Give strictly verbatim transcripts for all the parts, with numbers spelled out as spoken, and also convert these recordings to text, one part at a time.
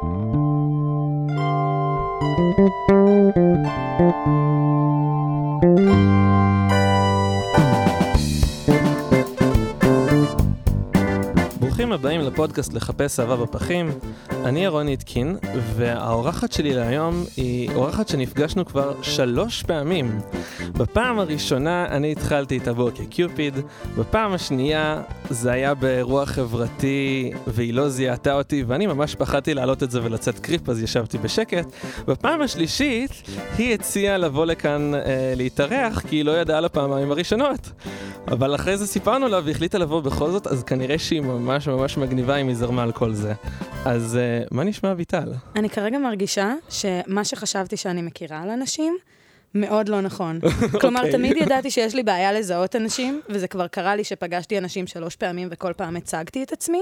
ברוכים הבאים לפודקאסט לחפש אהבה בפחים. אני ירון איתקין, והאורחת שלי להיום היא אורחת שנפגשנו כבר שלוש פעמים. בפעם הראשונה אני התחלתי איתה באוקיקיופיד, בפעם השנייה זה היה באירוע חברתי והיא לא זיהתה אותי, ואני ממש פחדתי לעלות את זה ולצאת קריפ, אז ישבתי בשקט. בפעם השלישית היא הציעה לבוא לכאן אה, להתארח, כי היא לא ידעה לפעמיים הראשונות. אבל אחרי זה סיפרנו לה והחליטה לבוא בכל זאת, אז כנראה שהיא ממש ממש מגניבה אם היא זרמה על כל זה. אז uh, מה נשמע ביטל? אני כרגע מרגישה שמה שחשבתי שאני מכירה על אנשים, מאוד לא נכון. כלומר, תמיד ידעתי שיש לי בעיה לזהות אנשים, וזה כבר קרה לי שפגשתי אנשים שלוש פעמים וכל פעם הצגתי את עצמי,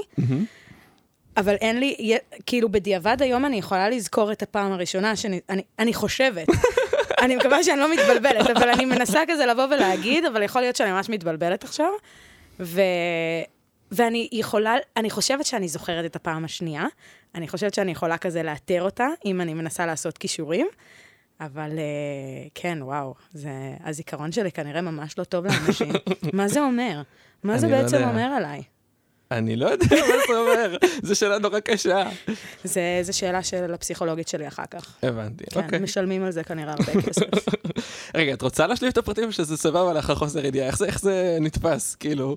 אבל אין לי, כאילו בדיעבד היום אני יכולה לזכור את הפעם הראשונה שאני אני, אני חושבת. אני מקווה שאני לא מתבלבלת, אבל אני מנסה כזה לבוא ולהגיד, אבל יכול להיות שאני ממש מתבלבלת עכשיו. ו... ואני יכולה, אני חושבת שאני זוכרת את הפעם השנייה, אני חושבת שאני יכולה כזה לאתר אותה, אם אני מנסה לעשות קישורים, אבל כן, וואו, זה, הזיכרון שלי כנראה ממש לא טוב לאנשים. מה זה אומר? מה זה בעצם אומר עליי? אני לא יודע מה זה אומר, זו שאלה נורא קשה. זה שאלה של הפסיכולוגית שלי אחר כך. הבנתי, אוקיי. כן, משלמים על זה כנראה הרבה כסף. רגע, את רוצה להשליף את הפרטים שזה סבבה לאחר חוסר ידיעה? איך זה נתפס, כאילו?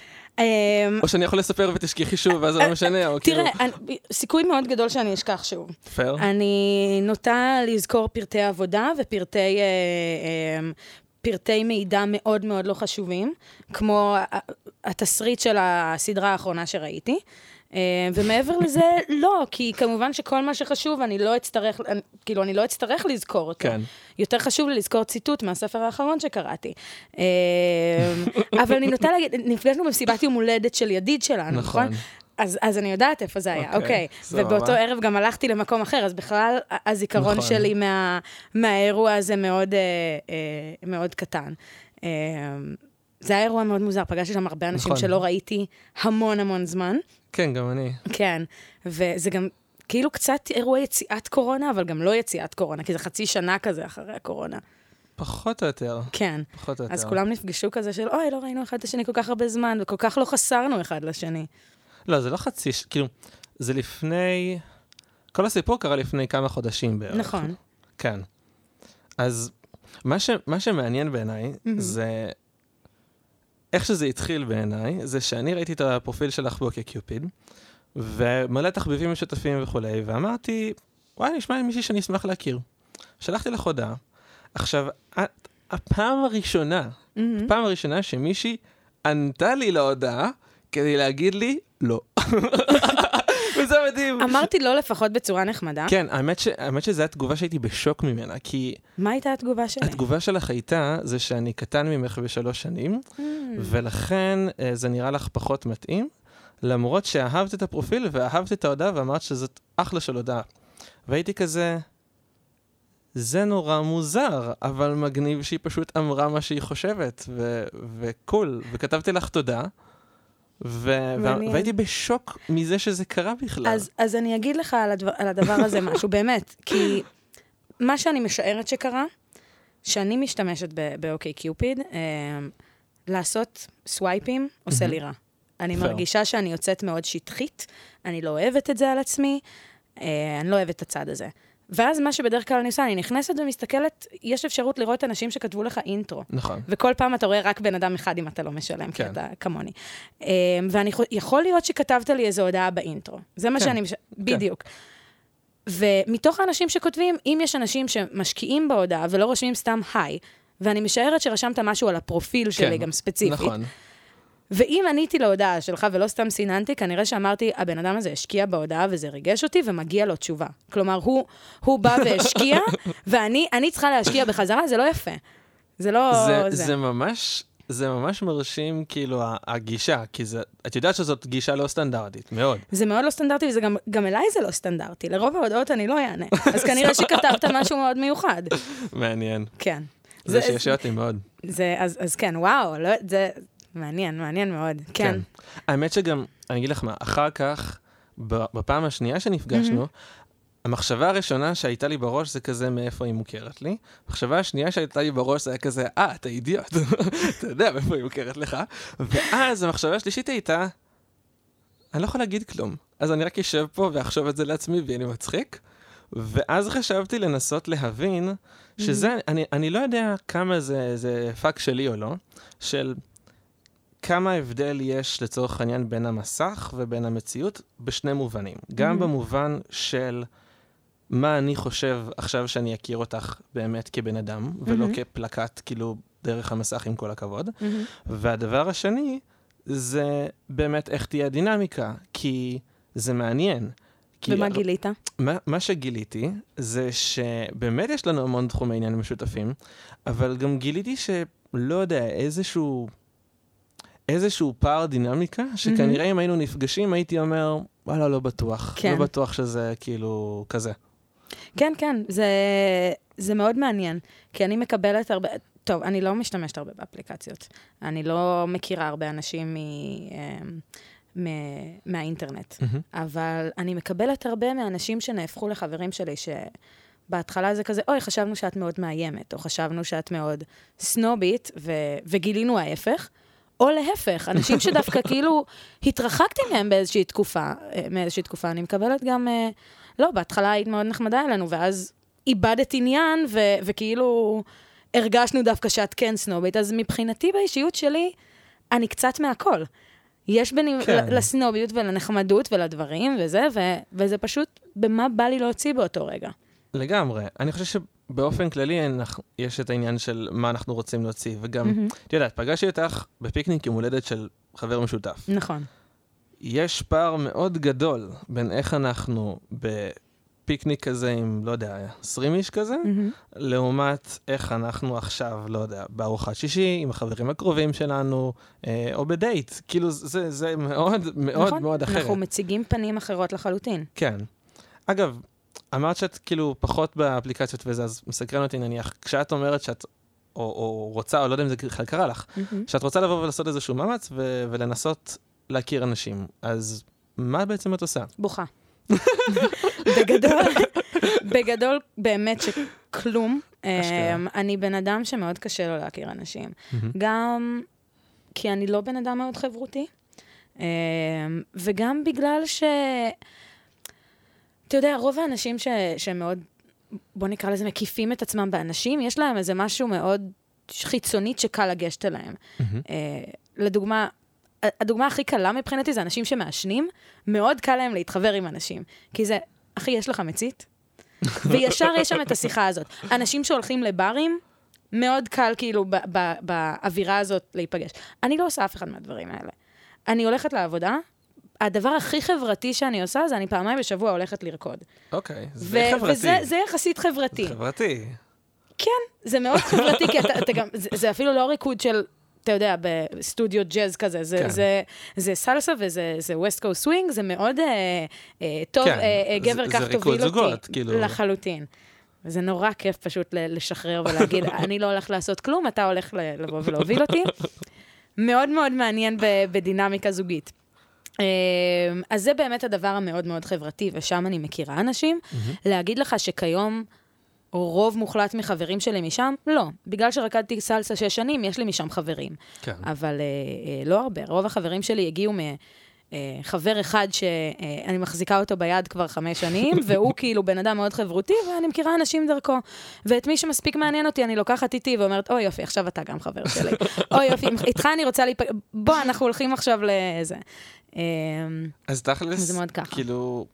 או שאני יכול לספר ותשכחי שוב, ואז זה לא משנה, או כאילו... תראה, סיכוי מאוד גדול שאני אשכח שוב. פייר. אני נוטה לזכור פרטי עבודה ופרטי... פרטי מידע מאוד מאוד לא חשובים, כמו התסריט של הסדרה האחרונה שראיתי, ומעבר לזה, לא, כי כמובן שכל מה שחשוב, אני לא אצטרך, כאילו, אני לא אצטרך לזכור אותו. כן. יותר חשוב לי לזכור ציטוט מהספר האחרון שקראתי. אבל אני נוטה להגיד, נפגשנו במסיבת יום הולדת של ידיד שלנו, נכון? אז, אז אני יודעת איפה זה היה, אוקיי. Okay, okay. ובאותו ערב גם הלכתי למקום אחר, אז בכלל הזיכרון נכון. שלי מה, מהאירוע הזה מאוד, אה, אה, מאוד קטן. אה, זה היה אירוע מאוד מוזר, פגשתי שם הרבה אנשים נכון. שלא ראיתי המון המון זמן. כן, גם אני. כן, וזה גם כאילו קצת אירוע יציאת קורונה, אבל גם לא יציאת קורונה, כי זה חצי שנה כזה אחרי הקורונה. פחות או יותר. כן. פחות או יותר. אז כולם נפגשו כזה של, אוי, לא ראינו אחד לשני כל כך הרבה זמן, וכל כך לא חסרנו אחד לשני. לא, זה לא חצי, כאילו, זה לפני, כל הסיפור קרה לפני כמה חודשים בערך. נכון. כן. אז מה, ש, מה שמעניין בעיניי, mm-hmm. זה, איך שזה התחיל בעיניי, זה שאני ראיתי את הפרופיל שלך באוקיקיופיד, ומלא תחביבים משותפים וכולי, ואמרתי, וואי, נשמע לי מישהי שאני אשמח להכיר. שלחתי לך הודעה. עכשיו, את, הפעם הראשונה, mm-hmm. הפעם הראשונה שמישהי ענתה לי להודעה, כדי להגיד לי, לא. וזה מדהים. אמרתי לא לפחות בצורה נחמדה. כן, האמת, ש... האמת שזו התגובה שהייתי בשוק ממנה, כי... מה הייתה התגובה שלי? התגובה שלך הייתה, זה שאני קטן ממך בשלוש שנים, mm. ולכן זה נראה לך פחות מתאים, למרות שאהבת את הפרופיל ואהבת את ההודעה, ואמרת שזאת אחלה של הודעה. והייתי כזה... זה נורא מוזר, אבל מגניב שהיא פשוט אמרה מה שהיא חושבת, ו... וקול. וכתבתי לך תודה, ו- והייתי בשוק מזה שזה קרה בכלל. אז, אז אני אגיד לך על, הדבר, על הדבר הזה משהו, באמת, כי מה שאני משערת שקרה, שאני משתמשת באוקיקיופיד, אה, לעשות סווייפים עושה לי רע. אני מרגישה שאני יוצאת מאוד שטחית, אני לא אוהבת את זה על עצמי, אה, אני לא אוהבת את הצד הזה. ואז מה שבדרך כלל אני עושה, אני נכנסת ומסתכלת, יש אפשרות לראות אנשים שכתבו לך אינטרו. נכון. וכל פעם אתה רואה רק בן אדם אחד אם אתה לא משלם, כן. כי אתה כמוני. ואני יכול להיות שכתבת לי איזו הודעה באינטרו. זה מה כן. שאני, מש... כן. בדיוק. ומתוך האנשים שכותבים, אם יש אנשים שמשקיעים בהודעה ולא רושמים סתם היי, ואני משערת שרשמת משהו על הפרופיל שלי כן. גם ספציפית. נכון. ואם עניתי להודעה שלך ולא סתם סיננתי, כנראה שאמרתי, הבן אדם הזה השקיע בהודעה וזה ריגש אותי ומגיע לו תשובה. כלומר, הוא, הוא בא והשקיע, ואני אני צריכה להשקיע בחזרה, זה לא יפה. זה לא... זה, זה. זה ממש, זה ממש מרשים, כאילו, הגישה, כי זה, את יודעת שזאת גישה לא סטנדרטית, מאוד. זה מאוד לא סטנדרטי, וזה גם, גם אליי זה לא סטנדרטי. לרוב ההודעות אני לא אענה. אז כנראה שכתבת משהו מאוד מיוחד. מעניין. כן. זה שישע אותי מאוד. זה, אז, אז כן, וואו, לא, זה... מעניין, מעניין מאוד, כן. כן. האמת שגם, אני אגיד לך מה, אחר כך, בפעם השנייה שנפגשנו, המחשבה הראשונה שהייתה לי בראש זה כזה מאיפה היא מוכרת לי. המחשבה השנייה שהייתה לי בראש זה היה כזה, אה, אתה אידיוט. אתה יודע מאיפה היא מוכרת לך. ואז המחשבה השלישית הייתה, אני לא יכול להגיד כלום. אז אני רק אשב פה ואחשוב את זה לעצמי ויהיה לי מצחיק. ואז חשבתי לנסות להבין שזה, אני, אני לא יודע כמה זה, זה פאק שלי או לא, של כמה הבדל יש לצורך העניין בין המסך ובין המציאות בשני מובנים. גם במובן של מה אני חושב עכשיו שאני אכיר אותך באמת כבן אדם, ולא כפלקט כאילו דרך המסך עם כל הכבוד. והדבר השני זה באמת איך תהיה הדינמיקה, כי זה מעניין. ומה גילית? מה, מה שגיליתי זה שבאמת יש לנו המון תחומי עניין משותפים, אבל גם גיליתי שלא יודע, איזשהו, איזשהו פער דינמיקה, שכנראה אם היינו נפגשים הייתי אומר, וואלה, לא בטוח. כן. לא בטוח שזה כאילו כזה. כן, כן, זה, זה מאוד מעניין, כי אני מקבלת הרבה, טוב, אני לא משתמשת הרבה באפליקציות. אני לא מכירה הרבה אנשים מ... מהאינטרנט. Mm-hmm. אבל אני מקבלת הרבה מאנשים שנהפכו לחברים שלי, שבהתחלה זה כזה, אוי, חשבנו שאת מאוד מאיימת, או חשבנו שאת מאוד סנובית, ו- וגילינו ההפך, או להפך, אנשים שדווקא כאילו התרחקתי מהם באיזושהי תקופה, מאיזושהי תקופה, אני מקבלת גם, לא, בהתחלה היית מאוד נחמדה אלינו, ואז איבדת עניין, ו- וכאילו הרגשנו דווקא שאת כן סנובית, אז מבחינתי באישיות שלי, אני קצת מהכל. יש ביני כן. לסנוביות ולנחמדות ולדברים וזה, ו- וזה פשוט במה בא לי להוציא באותו רגע. לגמרי. אני חושב שבאופן כללי יש את העניין של מה אנחנו רוצים להוציא, וגם, mm-hmm. אתה יודעת, פגשתי אותך בפיקניק עם הולדת של חבר משותף. נכון. יש פער מאוד גדול בין איך אנחנו בפיקניק כזה עם, לא יודע, עשרים איש כזה, mm-hmm. לעומת איך אנחנו עכשיו, לא יודע, בארוחת שישי, עם החברים הקרובים שלנו, אה, או בדייט. כאילו, זה, זה מאוד, מאוד, נכון, מאוד אחרת. אנחנו מציגים פנים אחרות לחלוטין. כן. אגב, אמרת שאת כאילו פחות באפליקציות וזה, אז מסקרן אותי נניח, כשאת אומרת שאת, או, או רוצה, או לא יודע אם זה בכלל קרה לך, mm-hmm. שאת רוצה לבוא ולעשות איזשהו מאמץ, ו- ולנסות להכיר אנשים. אז מה בעצם את עושה? בוכה. בגדול, בגדול באמת שכלום. אני בן אדם שמאוד קשה לו להכיר אנשים. גם כי אני לא בן אדם מאוד חברותי, וגם בגלל ש... אתה יודע, רוב האנשים שמאוד, בוא נקרא לזה, מקיפים את עצמם באנשים, יש להם איזה משהו מאוד חיצונית שקל לגשת אליהם. לדוגמה, הדוגמה הכי קלה מבחינתי זה אנשים שמעשנים, מאוד קל להם להתחבר עם אנשים. כי זה, אחי, יש לך מצית? וישר יש שם את השיחה הזאת. אנשים שהולכים לברים, מאוד קל כאילו ב- ב- באווירה הזאת להיפגש. אני לא עושה אף אחד מהדברים האלה. אני הולכת לעבודה, הדבר הכי חברתי שאני עושה, זה אני פעמיים בשבוע הולכת לרקוד. אוקיי, זה חברתי. וזה זה יחסית חברתי. זה חברתי. כן, זה מאוד חברתי, כי אתה, אתה גם, זה, זה אפילו לא ריקוד של... אתה יודע, בסטודיו ג'אז כזה, זה, כן. זה, זה סלסה וזה זה ווסט קוסט סווינג, זה מאוד אה, אה, טוב, כן. אה, גבר כך תוביל אותי, זוגות, כאילו... לחלוטין. וזה נורא כיף פשוט לשחרר ולהגיד, אני לא הולך לעשות כלום, אתה הולך לבוא ולהוביל אותי. מאוד מאוד מעניין בדינמיקה זוגית. אז זה באמת הדבר המאוד מאוד חברתי, ושם אני מכירה אנשים. להגיד לך שכיום... רוב מוחלט מחברים שלי משם, לא. בגלל שרקדתי סלסה שש שנים, יש לי משם חברים. כן. אבל אה, אה, לא הרבה. רוב החברים שלי הגיעו מחבר אחד שאני מחזיקה אותו ביד כבר חמש שנים, והוא כאילו בן אדם מאוד חברותי, ואני מכירה אנשים דרכו. ואת מי שמספיק מעניין אותי, אני לוקחת איתי ואומרת, אוי יופי, עכשיו אתה גם חבר שלי. אוי יופי, איתך אני רוצה להיפגש, בוא, אנחנו הולכים עכשיו לזה. אז תכלס, כאילו...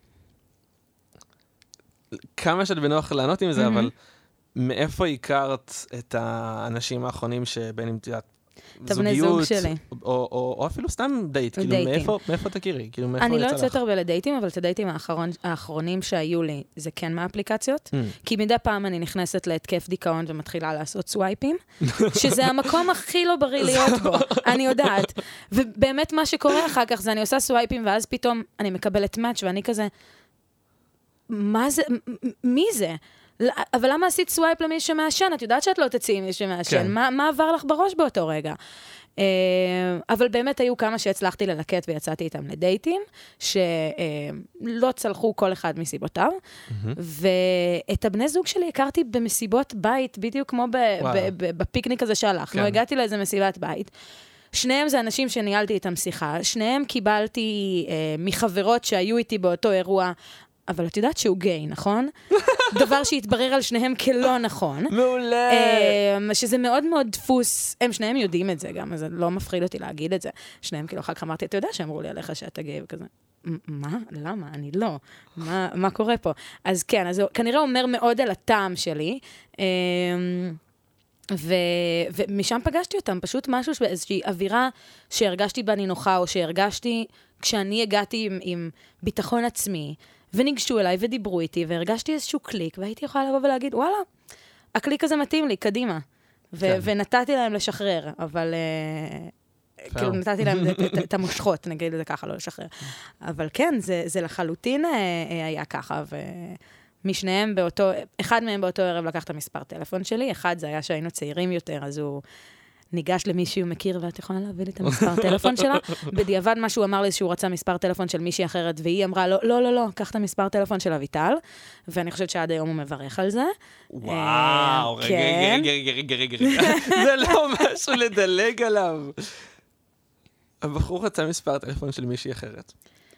כמה שאת בנוח לענות עם זה, אבל מאיפה הכרת את האנשים האחרונים שבין אם תהיה זוגיות, או אפילו סתם דייט, כאילו מאיפה תכירי? אני לא יוצאת הרבה לדייטים, אבל את הדייטים האחרונים שהיו לי, זה כן מהאפליקציות, כי מדי פעם אני נכנסת להתקף דיכאון ומתחילה לעשות סווייפים, שזה המקום הכי לא בריא להיות בו, אני יודעת. ובאמת מה שקורה אחר כך זה אני עושה סווייפים, ואז פתאום אני מקבלת מאץ' ואני כזה... מה זה? מי זה? אבל למה עשית סווייפ למי שמעשן? את יודעת שאת לא תציעי מי שמעשן. כן. מה, מה עבר לך בראש באותו רגע? אבל באמת היו כמה שהצלחתי ללקט ויצאתי איתם לדייטים, שלא צלחו כל אחד מסיבותיו, ואת הבני זוג שלי הכרתי במסיבות בית, בדיוק כמו בפיקניק הזה שהלכנו, הגעתי לאיזה מסיבת בית, שניהם זה אנשים שניהלתי איתם שיחה, שניהם קיבלתי מחברות שהיו איתי באותו אירוע, אבל את יודעת שהוא גיי, נכון? דבר שהתברר על שניהם כלא נכון. מעולה. שזה מאוד מאוד דפוס, הם שניהם יודעים את זה גם, אז לא מפחיד אותי להגיד את זה. שניהם כאילו אחר כך אמרתי, אתה יודע שאמרו לי עליך שאתה גיי וכזה. מה? למה? אני לא. מה, מה קורה פה? אז כן, אז כנראה אומר מאוד על הטעם שלי. ו, ומשם פגשתי אותם, פשוט משהו, איזושהי אווירה שהרגשתי בה נינוחה, או שהרגשתי כשאני הגעתי עם, עם ביטחון עצמי, וניגשו אליי ודיברו איתי, והרגשתי איזשהו קליק, והייתי יכולה לבוא ולהגיד, וואלה, הקליק הזה מתאים לי, קדימה. ו- כן. ונתתי להם לשחרר, אבל uh, כאילו נתתי להם את המושכות, נגיד לזה ככה, לא לשחרר. אבל כן, זה, זה לחלוטין uh, היה ככה, ומשניהם באותו, אחד מהם באותו ערב לקח את המספר טלפון שלי, אחד זה היה שהיינו צעירים יותר, אז הוא ניגש למישהו מכיר, ואת יכולה להביא לי את המספר טלפון שלה. בדיעבד מה שהוא אמר לי שהוא רצה מספר טלפון של מישהי אחרת, והיא אמרה לו, לא, לא, לא, קח את המספר טלפון של אביטל, ואני חושבת שעד היום הוא מברך על זה. וואו, רגע, רגע, רגע, רגע, רגע. זה לא משהו לדלג עליו. הבחור רצה מספר טלפון של מישהי אחרת.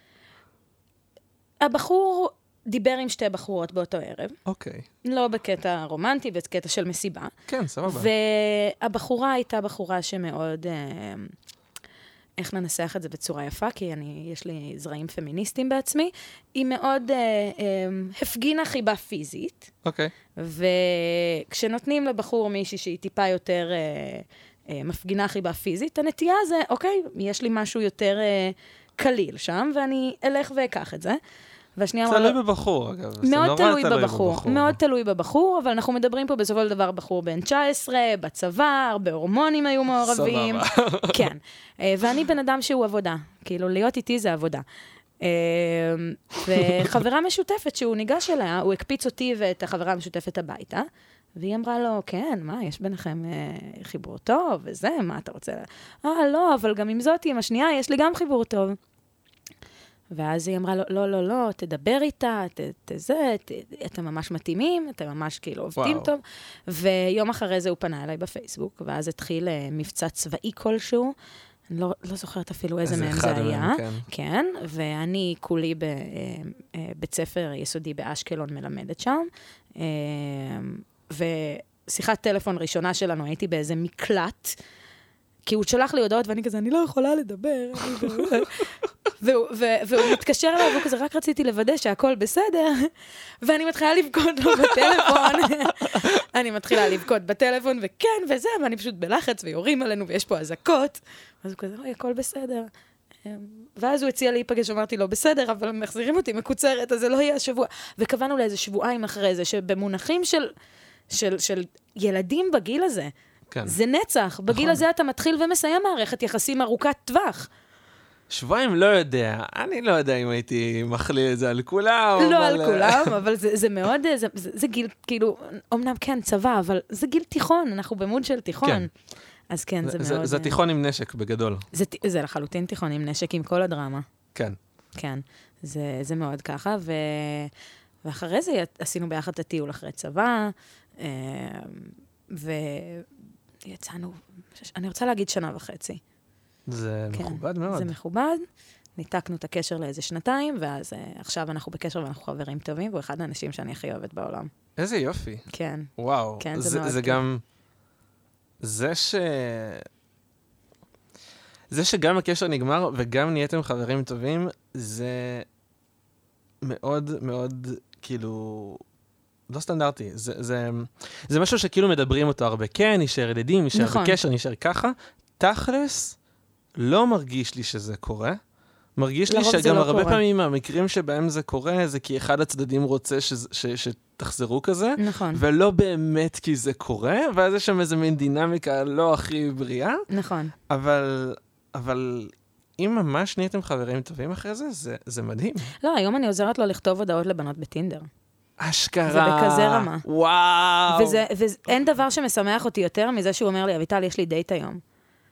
הבחור דיבר עם שתי בחורות באותו ערב. אוקיי. לא בקטע רומנטי, בקטע של מסיבה. כן, סבבה. והבחורה הייתה בחורה שמאוד, איך ננסח את זה בצורה יפה, כי אני, יש לי זרעים פמיניסטיים בעצמי, היא מאוד הפגינה חיבה פיזית. אוקיי. וכשנותנים לבחור מישהי שהיא טיפה יותר מפגינה חיבה פיזית, הנטייה זה, אוקיי, יש לי משהו יותר קליל שם, ואני אלך ואקח את זה. תלוי בבחור, אגב. מאוד תלוי בבחור, מאוד תלוי בבחור, אבל אנחנו מדברים פה בסופו של דבר בחור בן תשע עשרה, בצבא, הרבה הורמונים היו מעורבים. סבבה. כן. ואני בן אדם שהוא עבודה. כאילו, להיות איתי זה עבודה. וחברה משותפת שהוא ניגש אליה, הוא הקפיץ אותי ואת החברה המשותפת הביתה, והיא אמרה לו, כן, מה, יש ביניכם חיבור טוב, וזה, מה אתה רוצה? אה, לא, אבל גם עם זאת, עם השנייה, יש לי גם חיבור טוב. ואז היא אמרה לו, לא, לא, לא, תדבר איתה, ת, ת, זה, ת, אתם ממש מתאימים, אתם ממש כאילו עובדים טוב. ויום אחרי זה הוא פנה אליי בפייסבוק, ואז התחיל מבצע צבאי כלשהו, אני לא, לא זוכרת אפילו איזה מהם זה היה. כן. כן, ואני כולי בבית ספר יסודי באשקלון מלמדת שם, ושיחת טלפון ראשונה שלנו, הייתי באיזה מקלט, כי הוא שלח לי הודעות, ואני כזה, אני לא יכולה לדבר. והוא, והוא מתקשר אליי, והוא כזה, רק רציתי לוודא שהכל בסדר, ואני מתחילה לבכות לו בטלפון. אני מתחילה לבכות בטלפון, וכן, וזה, ואני פשוט בלחץ, ויורים עלינו, ויש פה אזעקות. אז הוא כזה, אוי, הכל בסדר. ואז הוא הציע להיפגש, אמרתי לו, בסדר, אבל מחזירים אותי מקוצרת, אז זה לא יהיה השבוע. וקבענו לאיזה שבועיים אחרי זה, שבמונחים של, של, של ילדים בגיל הזה, כן. זה נצח. בגיל הזה אתה מתחיל ומסיים מערכת יחסים ארוכת טווח. שבועיים לא יודע. אני לא יודע אם הייתי מכליל את זה על כולם. לא אבל... על כולם, אבל זה, זה מאוד, זה, זה, זה גיל, כאילו, אמנם כן, צבא, אבל זה גיל תיכון, אנחנו במוד של תיכון. כן. אז כן, זה, זה מאוד... זה תיכון עם נשק בגדול. זה, זה לחלוטין תיכון עם נשק, עם כל הדרמה. כן. כן, זה, זה מאוד ככה, ו... ואחרי זה עשינו ביחד את הטיול אחרי צבא, ו... יצאנו, אני רוצה להגיד שנה וחצי. זה כן, מכובד מאוד. זה מכובד, ניתקנו את הקשר לאיזה שנתיים, ואז עכשיו אנחנו בקשר ואנחנו חברים טובים, והוא אחד האנשים שאני הכי אוהבת בעולם. איזה יופי. כן. וואו. כן, זה, זה מאוד זה כיף. גם, זה ש... זה שגם הקשר נגמר, וגם נהייתם חברים טובים, זה מאוד מאוד, כאילו... לא סטנדרטי, זה, זה, זה משהו שכאילו מדברים אותו הרבה, כן, נשאר ידידים, נשאר נכון. בקשר, נשאר ככה, תכלס, לא מרגיש לי שזה קורה, מרגיש לי שגם לא הרבה קורה. פעמים המקרים שבהם זה קורה, זה כי אחד הצדדים רוצה ש, ש, ש, שתחזרו כזה, נכון. ולא באמת כי זה קורה, ואז יש שם איזו מין דינמיקה לא הכי בריאה, נכון. אבל, אבל אם ממש נהייתם חברים טובים אחרי זה, זה, זה מדהים. לא, היום אני עוזרת לו לכתוב הודעות לבנות בטינדר. אשכרה. זה בכזה רמה. וואו. וזה, ואין דבר שמשמח אותי יותר מזה שהוא אומר לי, אביטל, יש לי דייט היום.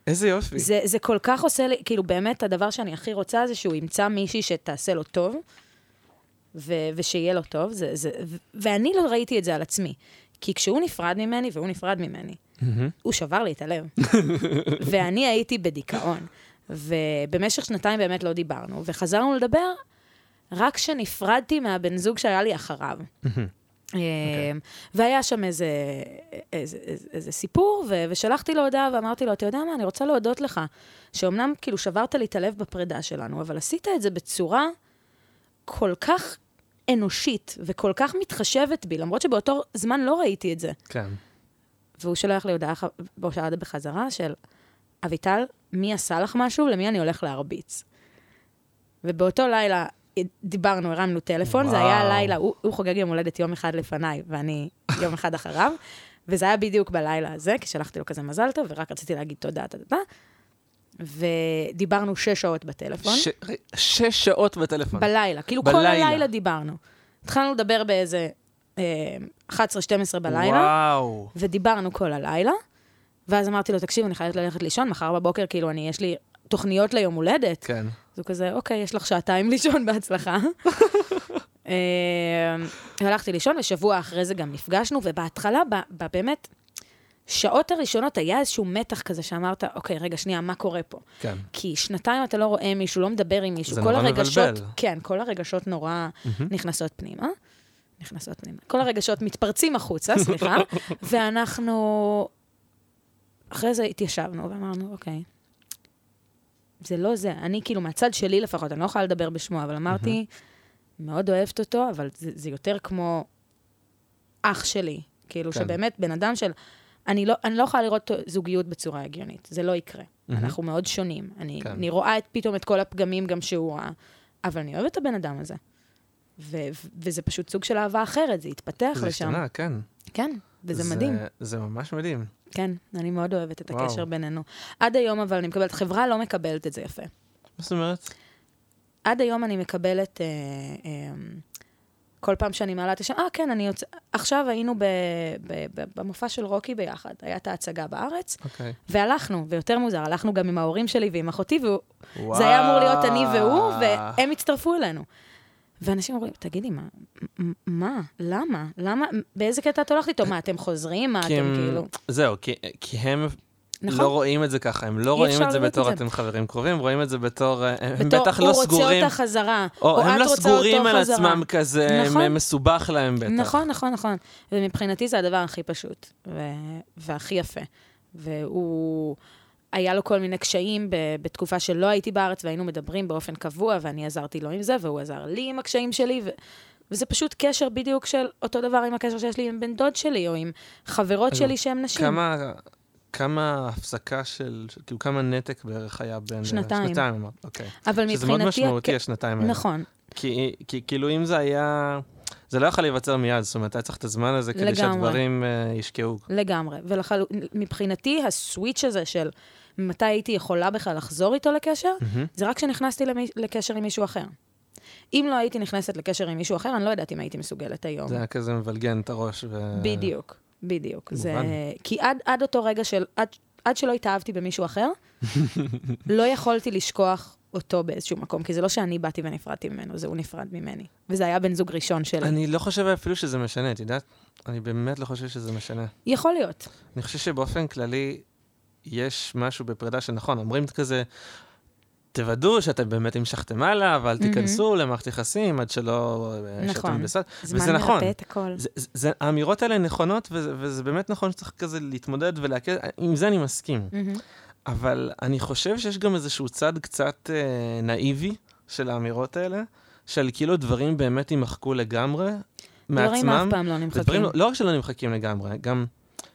איזה יופי. זה, זה כל כך עושה לי, כאילו באמת הדבר שאני הכי רוצה זה שהוא ימצא מישהי שתעשה לו טוב, ו, ושיהיה לו טוב, זה, זה, ו, ואני לא ראיתי את זה על עצמי. כי כשהוא נפרד ממני, והוא נפרד ממני, mm-hmm. הוא שבר לי את הלב. ואני הייתי בדיכאון. ובמשך שנתיים באמת לא דיברנו, וחזרנו לדבר רק כשנפרדתי מהבן זוג שהיה לי אחריו. Mm-hmm. Okay. והיה שם איזה, איזה, איזה, איזה סיפור, ו, ושלחתי לו הודעה ואמרתי לו, אתה יודע מה, אני רוצה להודות לך, שאומנם כאילו שברת לי את הלב בפרידה שלנו, אבל עשית את זה בצורה כל כך אנושית, וכל כך מתחשבת בי, למרות שבאותו זמן לא ראיתי את זה. כן. והוא שולח לי הודעה בהושעה בחזרה של, אביטל, מי עשה לך משהו? למי אני הולך להרביץ? ובאותו לילה, דיברנו, הרמנו טלפון, וואו. זה היה הלילה, הוא, הוא חוגג יום הולדת יום אחד לפניי, ואני יום אחד אחריו, וזה היה בדיוק בלילה הזה, כי שלחתי לו כזה מזל טוב, ורק רציתי להגיד תודה, תודה, ודיברנו שש שעות בטלפון. ש... שש שעות בטלפון? בלילה, כאילו בלילה. כל הלילה דיברנו. התחלנו לדבר באיזה אה, אחת עשרה שתים עשרה בלילה, וואו. ודיברנו כל הלילה, ואז אמרתי לו, תקשיב, אני חייבת ללכת לישון, מחר בבוקר, כאילו, אני, יש לי תוכניות ליום הולדת. כן. אז הוא כזה, אוקיי, יש לך שעתיים לישון בהצלחה. הלכתי לישון, ושבוע אחרי זה גם נפגשנו, ובהתחלה, באמת, שעות הראשונות היה איזשהו מתח כזה שאמרת, אוקיי, רגע, שנייה, מה קורה פה? כן. כי שנתיים אתה לא רואה מישהו, לא מדבר עם מישהו. זה נורא מבלבל. כן, כל הרגשות נורא נכנסות פנימה. נכנסות פנימה. כל הרגשות מתפרצים החוצה, סליחה, ואנחנו... אחרי זה התיישבנו ואמרנו, אוקיי, זה לא זה. אני כאילו מהצד שלי לפחות, אני לא יכולה לדבר בשמו, אבל אמרתי, מאוד אוהבת אותו, אבל זה, זה יותר כמו אח שלי. כאילו שבאמת בן אדם של... אני לא, אני לא יכולה לראות זוגיות בצורה הגיונית. זה לא יקרה. אנחנו מאוד שונים. אני, אני רואה את, פתאום את כל הפגמים גם שהוא ראה, אבל אני אוהבת את הבן אדם הזה. ו, וזה פשוט סוג של אהבה אחרת, זה התפתח לשם. זה השתנה, כן. כן, וזה זה, מדהים. זה ממש מדהים. כן, אני מאוד אוהבת את הקשר וואו. בינינו. עד היום אבל אני מקבלת, חברה לא מקבלת את זה יפה. מה זאת אומרת? עד היום אני מקבלת, אה, אה, כל פעם שאני מעלה את השם, אה כן, אני יוצא, עכשיו היינו ב, ב, ב, במופע של רוקי ביחד, הייתה ההצגה בארץ, okay. והלכנו, ויותר מוזר, הלכנו גם עם ההורים שלי ועם אחותי, וזה היה אמור להיות אני והוא, והם הצטרפו אלינו. ואנשים אומרים, תגידי, מה, מה, למה, למה, באיזה קטע את הולכת איתו? מה, אתם חוזרים? מה, אתם כאילו... זהו, כי הם לא רואים את זה ככה, הם לא רואים את זה בתור אתם חברים קרובים, רואים את זה בתור, הם בטח לא סגורים. הוא רוצה אותה חזרה, או הם לא סגורים על עצמם כזה, הם מסובך להם בטח. נכון, נכון, נכון. ומבחינתי זה הדבר הכי פשוט, והכי יפה. והוא... היה לו כל מיני קשיים בתקופה שלא הייתי בארץ, והיינו מדברים באופן קבוע, ואני עזרתי לו עם זה, והוא עזר לי עם הקשיים שלי, ו... וזה פשוט קשר בדיוק של אותו דבר עם הקשר שיש לי עם בן דוד שלי, או עם חברות שלי שהן נשים. כמה, כמה הפסקה של, כאילו כמה נתק בערך היה בין... שנתיים. שנתיים, אוקיי. אבל מבחינתי... שזה מאוד משמעותי, השנתיים האלה. נכון. כי, כי כאילו אם זה היה... זה לא יכול להיווצר מיד, זאת אומרת, היה צריך את הזמן הזה כדי שהדברים uh, ישקעו. לגמרי. ומבחינתי, הסוויץ' הזה של מתי הייתי יכולה בכלל לחזור איתו לקשר, mm-hmm. זה רק כשנכנסתי למי, לקשר עם מישהו אחר. אם לא הייתי נכנסת לקשר עם מישהו אחר, אני לא יודעת אם הייתי מסוגלת היום. זה היה כזה מבלגן את הראש. ו... בדיוק, בדיוק. זה... כי עד, עד אותו רגע של, עד, עד שלא התאהבתי במישהו אחר, לא יכולתי לשכוח אותו באיזשהו מקום, כי זה לא שאני באתי ונפרדתי ממנו, זה הוא נפרד ממני. וזה היה בן זוג ראשון שלי. אני לא חושב אפילו שזה משנה, את יודעת? אני באמת לא חושב שזה משנה. יכול להיות. אני חושב שבאופן כללי, יש משהו בפרידה שנכון, אומרים כזה, תוודאו שאתם באמת המשכתם הלאה, אבל תיכנסו למערכת יחסים עד שלא... נכון. וזה נכון. מרפא את הכל. האמירות האלה נכונות, וזה באמת נכון שצריך כזה להתמודד ולהקל, עם זה אני מסכים. אבל אני חושב שיש גם איזשהו צד קצת נאיבי של האמירות האלה, של כאילו דברים באמת יימחקו לגמרי מעצמם. דברים אף פעם לא נמחקים. לא רק שלא נמחקים לגמרי, גם...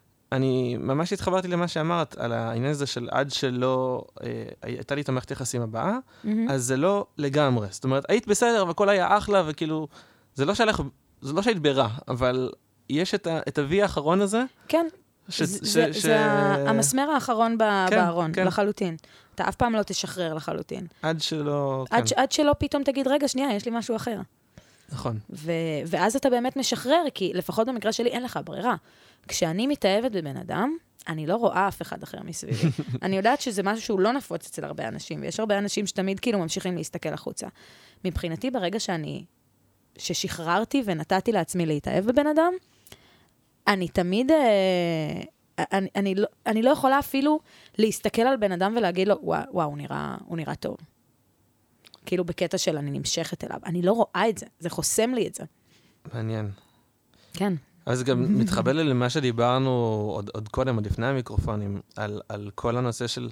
אני ממש התחברתי למה שאמרת, על העניין הזה של עד שלא, אה, הייתה לי את המערכת יחסים הבאה, mm-hmm. אז זה לא לגמרי. זאת אומרת, היית בסדר, והכל היה אחלה, וכאילו, זה לא שהלך, זה לא שהיית ברע, אבל יש את, ה, את ה-וי האחרון הזה. כן, ש, זה, ש, זה, ש... זה המסמר האחרון כן, בארון, כן. לחלוטין. אתה אף פעם לא תשחרר לחלוטין. עד שלא... עד, כן. ש, עד שלא פתאום תגיד, רגע, שנייה, יש לי משהו אחר. נכון. ו- ואז אתה באמת משחרר, כי לפחות במקרה שלי אין לך ברירה. כשאני מתאהבת בבן אדם, אני לא רואה אף אחד אחר מסביבי. אני יודעת שזה משהו שהוא לא נפוץ אצל הרבה אנשים, ויש הרבה אנשים שתמיד כאילו ממשיכים להסתכל החוצה. מבחינתי, ברגע שאני, ששחררתי ונתתי לעצמי להתאהב בבן אדם, אני תמיד, אה, אני, אני, לא, אני לא יכולה אפילו להסתכל על בן אדם ולהגיד לו, וואו, וואו, הוא נראה, הוא נראה טוב. כאילו בקטע של אני נמשכת אליו. אני לא רואה את זה, זה חוסם לי את זה. מעניין. כן. אז גם מתחבר לי למה שדיברנו עוד, עוד קודם, עוד לפני המיקרופונים, על, על כל הנושא של,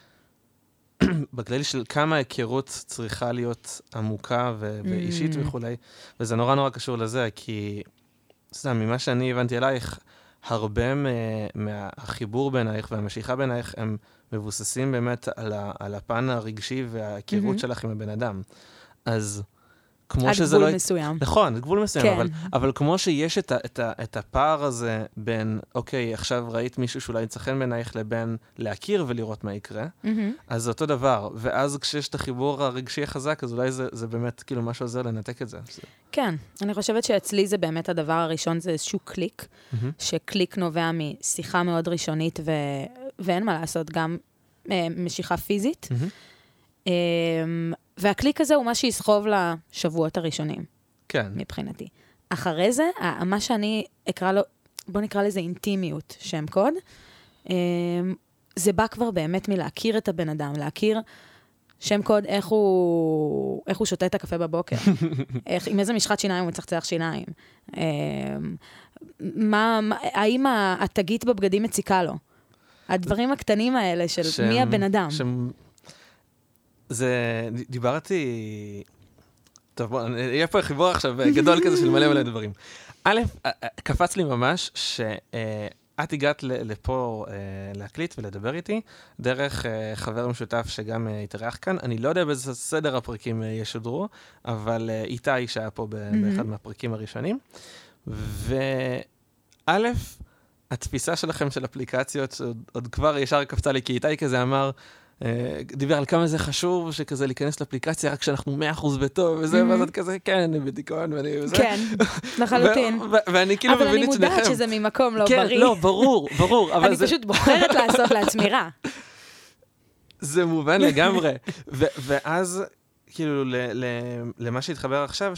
בכללי של כמה היכרות צריכה להיות עמוקה ו- ואישית וכולי, וזה נורא נורא קשור לזה, כי, סתם, ממה שאני הבנתי אלייך, הרבה מהחיבור בעינייך והמשיכה בעינייך, הם מבוססים באמת על, ה- על הפן הרגשי וההיכרות שלך עם הבן אדם. אז כמו שזה לא... עד גבול מסוים. נכון, עד גבול מסוים, כן. אבל, אבל כמו שיש את, ה, את, ה, את הפער הזה בין, אוקיי, עכשיו ראית מישהו שאולי יצחן בעינייך לבין להכיר ולראות מה יקרה, Mm-hmm. אז זה אותו דבר. ואז כשיש את החיבור הרגשי החזק, אז אולי זה, זה באמת כאילו מה שעוזר לנתק את זה. כן, אני חושבת שאצלי זה באמת הדבר הראשון, זה איזשהו קליק, Mm-hmm. שקליק נובע משיחה מאוד ראשונית, ו... ואין מה לעשות, גם אה, משיכה פיזית. Mm-hmm. אה, והקליק הזה הוא מה שיסחוב לשבועות הראשונים, כן. מבחינתי. אחרי זה, ה- מה שאני אקרא לו, בוא נקרא לזה אינטימיות, שם קוד, אה, זה בא כבר באמת מלהכיר את הבן אדם, להכיר שם קוד איך הוא, איך הוא שותה את הקפה בבוקר, איך, עם איזה משחת שיניים הוא מצחצח שיניים, אה, מה, מה, האם התגית בבגדים מציקה לו? הדברים הקטנים האלה של שם, מי הבן אדם. שם, זה, דיברתי, טוב בוא, יהיה פה חיבור עכשיו גדול כזה של מלא מלא דברים. א', קפץ לי ממש שאת הגעת לפה להקליט ולדבר איתי, דרך חבר משותף שגם התארח כאן. אני לא יודע באיזה סדר הפרקים ישודרו, אבל איתי שהיה פה באחד מהפרקים הראשונים. וא', התפיסה שלכם של אפליקציות, עוד, עוד כבר ישר קפצה לי, כי איתי כזה אמר, אה, דיבר על כמה זה חשוב, שכזה להיכנס לאפליקציה, רק כשאנחנו מאה אחוז בטוב, וזה, mm-hmm. ואז את כזה, כן, אני בדיכאון, ואני וזה. כן, לחלוטין. ו- ו- ואני כאילו מבין את שניכם. אבל אני מודעת שזה ממקום לא כן, בריא. לא, ברור, ברור. אבל אני זה... פשוט בוחרת לעשות לעצמי רע. זה מובן לגמרי. ו- ואז, כאילו, ל- ל- למה שהתחבר עכשיו,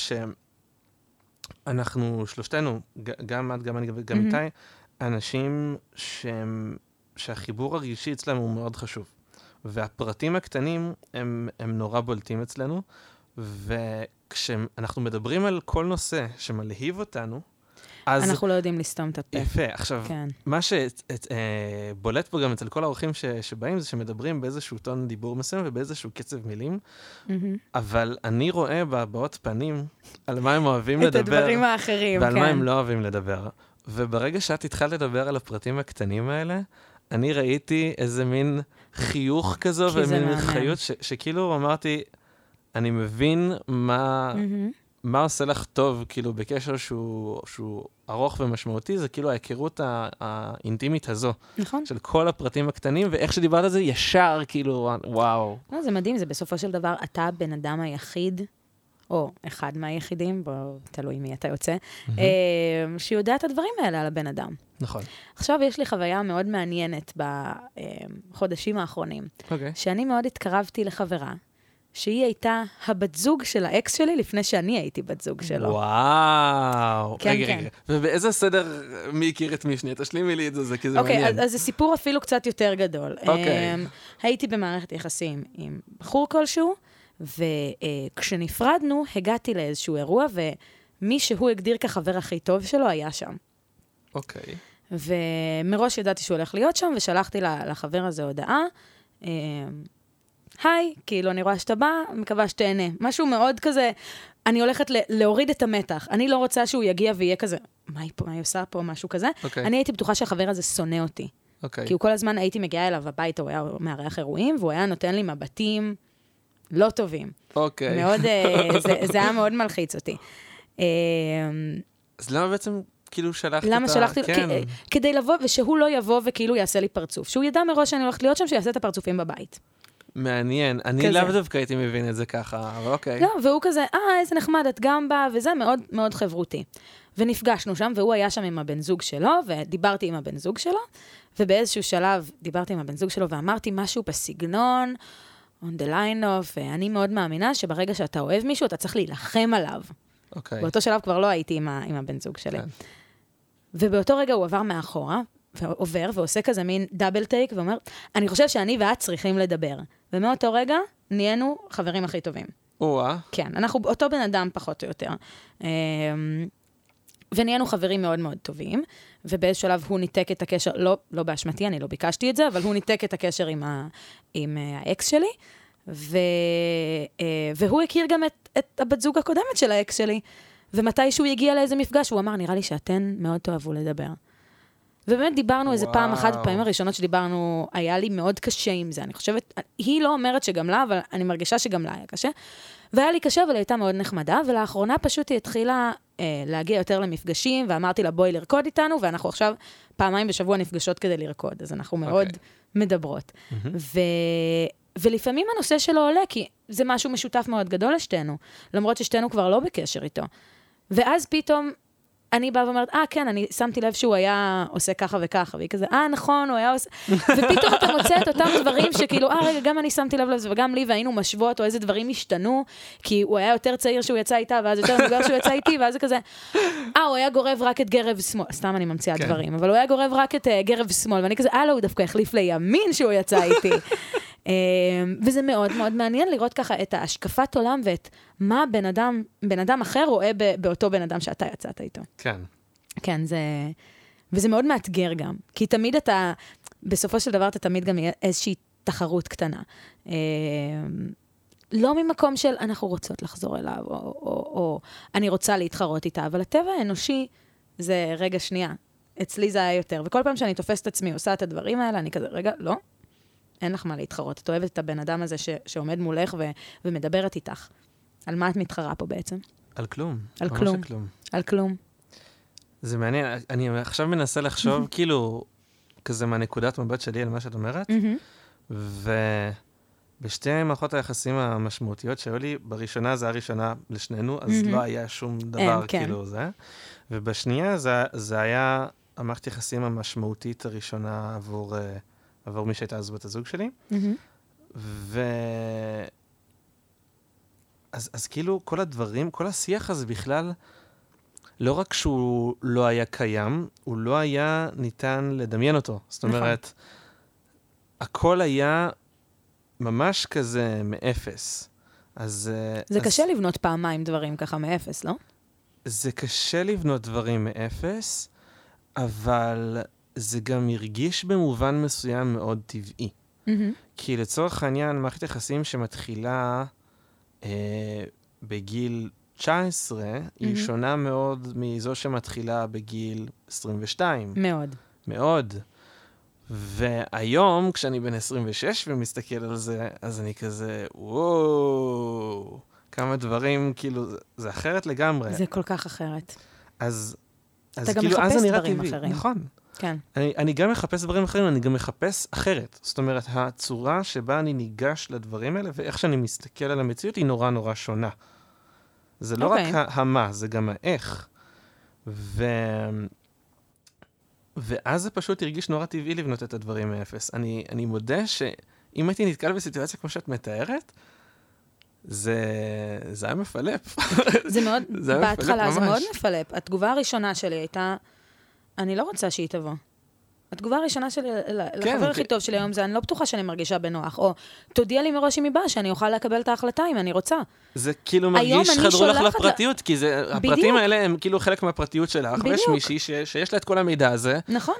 שאנחנו שלושתנו, ג- גם את, גם אני, גם איתי, אנשים שהם, שהחיבור הרגשי אצלם הוא מאוד חשוב. והפרטים הקטנים הם, הם נורא בולטים אצלנו, וכשאנחנו מדברים על כל נושא שמלהיב אותנו, אז... אנחנו לא יודעים לסתום את הפה. יפה. עכשיו, כן. מה שבולט פה גם אצל כל האורחים ש, שבאים, זה שמדברים באיזשהו טון דיבור מסוים ובאיזשהו קצב מילים, Mm-hmm. אבל אני רואה בבעות פנים על מה הם אוהבים את לדבר. את הדברים האחרים, ועל כן. מה הם לא אוהבים לדבר. וברגע שאת התחלת לדבר על הפרטים הקטנים האלה, אני ראיתי איזה מין חיוך כזו ומין חיות, ש- שכאילו אמרתי, אני מבין מה, Mm-hmm. מה עושה לך טוב, כאילו בקשר שהוא, שהוא ארוך ומשמעותי, זה כאילו ההיכרות הא- האינטימית הזו, נכון. של כל הפרטים הקטנים, ואיך שדיברת על זה ישר, כאילו, וואו. לא, זה מדהים, זה בסופו של דבר, אתה הבן אדם היחיד, או אחד מהיחידים, בוא, תלוי מי אתה יוצא, Mm-hmm. שיודע את הדברים האלה על הבן אדם. נכון. עכשיו יש לי חוויה מאוד מעניינת בחודשים האחרונים, אוקיי. שאני מאוד התקרבתי לחברה, שהיא הייתה הבת זוג של האקס שלי לפני שאני הייתי בת זוג שלו. וואו. כן, רגע, כן. רגע. ובאיזה סדר מי הכיר את מי שני? תשלימי לי את זה, זה כזה אוקיי, מעניין. אז, אז זה סיפור אפילו קצת יותר גדול. אוקיי. Um, הייתי במערכת יחסים עם בחור כלשהו, וכשנפרדנו, הגעתי לאיזשהו אירוע, ומי שהוא הגדיר כחבר הכי טוב שלו היה שם. אוקיי. ומראש ידעתי שהוא הולך להיות שם, ושלחתי לחבר הזה הודעה, היי, כאילו, אני רואה שאתה בא, מקווה שתהנה. משהו מאוד כזה, אני הולכת להוריד את המתח. אני לא רוצה שהוא יגיע ויהיה כזה, מה היא פה, מה היא עושה פה, משהו כזה. אוקיי. אני הייתי בטוחה שהחבר הזה שונא אותי. אוקיי. כי הוא כל הזמן הייתי מגיעה אליו הביתה, הוא היה מארח אירועים, והוא היה נותן לי מבטים לא טובים. אוקיי. מאוד, זה, זה היה מאוד מלחיץ אותי. אז למה בעצם כאילו שלחת את ה... למה שלחתי? כן. כדי לבוא, ושהוא לא יבוא וכאילו יעשה לי פרצוף. שהוא ידע מראש שאני הולכת להיות שם, שיעשה את הפרצופים בבית. מעניין. אני לאו דווקא הייתי מבין את זה ככה, אבל אוקיי. לא, והוא כזה, אה, איזה נחמד, את גם בא, וזה מאוד מאוד חברותי. ונפגשנו שם, והוא היה שם עם הבן זוג שלו, ודיברתי עם הבן זוג שלו, ובאיזשהו שלב דיברתי עם הבן זוג שלו, ואמרתי משהו בסגנון, on the line of, אני מאוד מאמינה שברגע שאתה אוהב מישהו, אתה צריך להילחם עליו. אוקיי. באותו שלב כבר לא הייתי עם, ה, עם הבן זוג שלי. ובאותו רגע הוא עבר מאחורה, ועובר, ועושה כזה מין דאבל טייק, ואומר, אני חושב שאני ואת צריכים לדבר. ומאותו רגע נהיינו חברים הכי טובים. או-אה. כן, אנחנו אותו בן אדם פחות או יותר. ונהיינו חברים מאוד מאוד טובים, ובאיזשהו שלב הוא ניתק את הקשר, לא, לא באשמתי, אני לא ביקשתי את זה, אבל הוא ניתק את הקשר עם, ה, עם האקס שלי, ו, והוא הכיר גם את, את הבת זוג הקודמת של האקס שלי, ומתי שהוא הגיע לאיזה מפגש, הוא אמר, נראה לי שאתן מאוד תאהבו לדבר. ובאמת דיברנו איזה פעם אחת, פעמים הראשונות שדיברנו, היה לי מאוד קשה עם זה, אני חושבת, היא לא אומרת שגם לה, אבל אני מרגישה שגם לה היה קשה, והיה לי קשה, אבל היא הייתה מאוד נחמדה, ולאחרונה פשוט היא התחילה אה, להגיע יותר למפגשים, ואמרתי לה, בואי לרקוד איתנו, ואנחנו עכשיו פעמיים בשבוע נפגשות כדי לרקוד, אז אנחנו מאוד okay. מדברות. Mm-hmm. ו... ולפעמים הנושא שלו עולה, כי זה משהו משותף מאוד גדול לשתינו, למרות ששתינו כבר לא בקשר איתו. ואז פתאום אני באה ואומרת, אה, כן, אני שמתי לב שהוא היה עושה ככה וככה, והיא כזה, אה, נכון, הוא היה עושה... ופתאום אתה מוצא את אותם דברים שכאילו, אה, רגע, גם אני שמתי לב לזה, וגם לי, והיינו משוות, או איזה דברים השתנו, כי הוא היה יותר צעיר שהוא יצא איתה, ואז יותר מבוגר שהוא יצא איתי, ואז זה כזה, אה, הוא היה גורב רק את גרב שמאל, סתם אני ממציאה דברים, אבל הוא היה גורב רק את גרב שמאל, ואני כזה, אה, לא, הוא דווקא החליף לימין שהוא יצא איתי. וזה מאוד מאוד מעניין לראות ככה את ההשקפת עולם ואת מה בן אדם, בן אדם אחר רואה באותו בן אדם שאתה יצאת איתו. כן. כן, זה... וזה מאוד מאתגר גם, כי תמיד אתה, בסופו של דבר אתה תמיד גם איזושהי תחרות קטנה. לא ממקום של אנחנו רוצות לחזור אליו, או, או, או אני רוצה להתחרות איתה, אבל הטבע האנושי זה רגע שנייה. אצלי זה היה יותר, וכל פעם שאני תופסת עצמי, עושה את הדברים האלה, אני כזה, רגע, לא. אין לך מה להתחרות. את אוהבת את הבן אדם הזה ש, שעומד מולך ו, ומדברת איתך. על מה את מתחרה פה בעצם? על כלום. על כלום. כלום. על כלום. זה מעניין. אני עכשיו מנסה לחשוב, כאילו, כזה מהנקודת מבט שלי על מה שאת אומרת, ובשתי מערכות היחסים המשמעותיות שהיו לי, בראשונה זה הראשונה לשנינו, אז לא היה שום דבר כאילו זה. ובשנייה זה, זה היה המערכת יחסים המשמעותית הראשונה עבור... עבור מי שהייתה אז בת הזוג שלי. Mm-hmm. ו... אז, אז כאילו כל הדברים, כל השיח הזה בכלל, לא רק שהוא לא היה קיים, הוא לא היה ניתן לדמיין אותו. זאת אומרת, נכון. הכל היה ממש כזה מאפס. אז... זה אז... קשה לבנות פעמיים דברים ככה מאפס, לא? זה קשה לבנות דברים מאפס, אבל... זה גם הרגיש במובן מסוים מאוד טבעי. Mm-hmm. כי לצורך העניין, מערכת יחסים שמתחילה אה, בגיל תשע עשרה, mm-hmm. היא שונה מאוד מזו שמתחילה בגיל עשרים ושתיים. מאוד. מאוד. והיום, כשאני בן עשרים ושש ומסתכל על זה, אז אני כזה, וואו, כמה דברים, כאילו, זה אחרת לגמרי. זה כל כך אחרת. אז, אתה אז גם כאילו, מחפש אז אני דברים רק אחרים. נכון. כן. אני, אני גם מחפש דברים אחרים, אני גם מחפש אחרת. זאת אומרת, הצורה שבה אני ניגש לדברים האלה, ואיך שאני מסתכל על המציאות, היא נורא נורא שונה. זה לא okay. רק המה, זה גם האיך. ו... ואז זה פשוט הרגיש נורא טבעי לבנות את הדברים מאפס. אני, אני מודה שאם הייתי נתקל בסיטואציה כמו שאת מתארת, זה, זה היה מפלפ. זה מאוד, זה בהתחלה זה מאוד מפלפ. התגובה הראשונה שלי הייתה, אני לא רוצה שהיא תבוא. התגובה הראשונה שלי, לחבר הכי טוב שלי היום זה, אני לא בטוחה שאני מרגישה בנוח, או תודיע לי מראש אם היא באה, שאני אוכל לקבל את ההחלטה אם אני רוצה. זה כאילו מרגיש חדרו לך לפרטיות, כי הפרטים האלה הם כאילו חלק מהפרטיות שלך, ויש מישהי שיש לה את כל המידע הזה. נכון.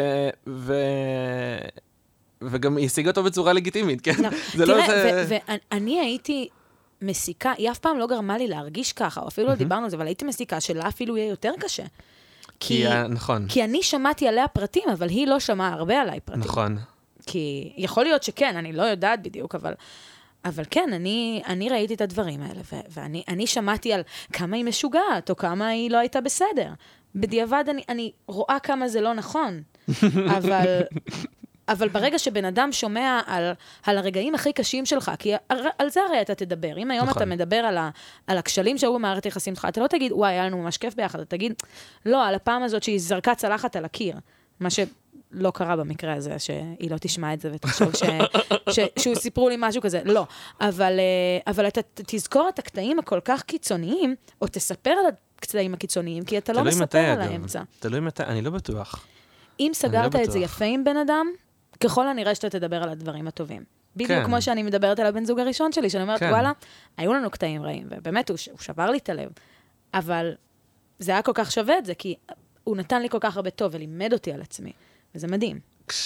וגם היא השיגה אותו בצורה לגיטימית, כן? תראה, ואני הייתי מסיקה, היא אף פעם לא גרמה לי להרגיש ככה, או אפילו לא דיברנו על זה, אבל הייתי מסיקה שלה אפילו יהיה יותר קשה. כי, נכון. כי אני שמעתי עליה פרטים, אבל היא לא שמעה הרבה עליי פרטים. נכון. כי יכול להיות שכן, אני לא יודעת בדיוק, אבל, אבל כן, אני, אני ראיתי את הדברים האלה, ו- ואני אני שמעתי על כמה היא משוגעת, או כמה היא לא הייתה בסדר. בדיעבד אני, אני רואה כמה זה לא נכון, אבל, אבל ברגע שבן אדם שומע על, על הרגעים הכי קשים שלך, כי על, על זה הרי אתה תדבר. אם היום נכון. אתה מדבר על, ה, על הכשלים שהיו במערכת יחסים שלך, אתה לא תגיד, וואי, היה לנו ממש כיף ביחד, אתה תגיד, לא, על הפעם הזאת שהיא זרקה צלחת על הקיר. מה שלא קרה במקרה הזה, שהיא לא תשמע את זה ותחשוב ש, ש, שהוא סיפרו לי משהו כזה. לא. אבל, אבל אתה תזכור את הקטעים הכל כך קיצוניים, או תספר על הקטעים הקיצוניים, כי אתה לא מספר על האמצע. תלוי מתי, אני לא בטוח. אם סגרת את זה יפה עם בן אדם, ככל הנראה שאתה תדבר על הדברים הטובים. בדיוק כמו שאני מדברת על הבן זוג הראשון שלי, שאני אומרת, וואלה, היו לנו קטעים רעים, ובאמת הוא שבר לי את הלב. אבל זה היה כל כך שווה את זה, כי הוא נתן לי כל כך הרבה טוב, ולימד אותי על עצמי, וזה מדהים.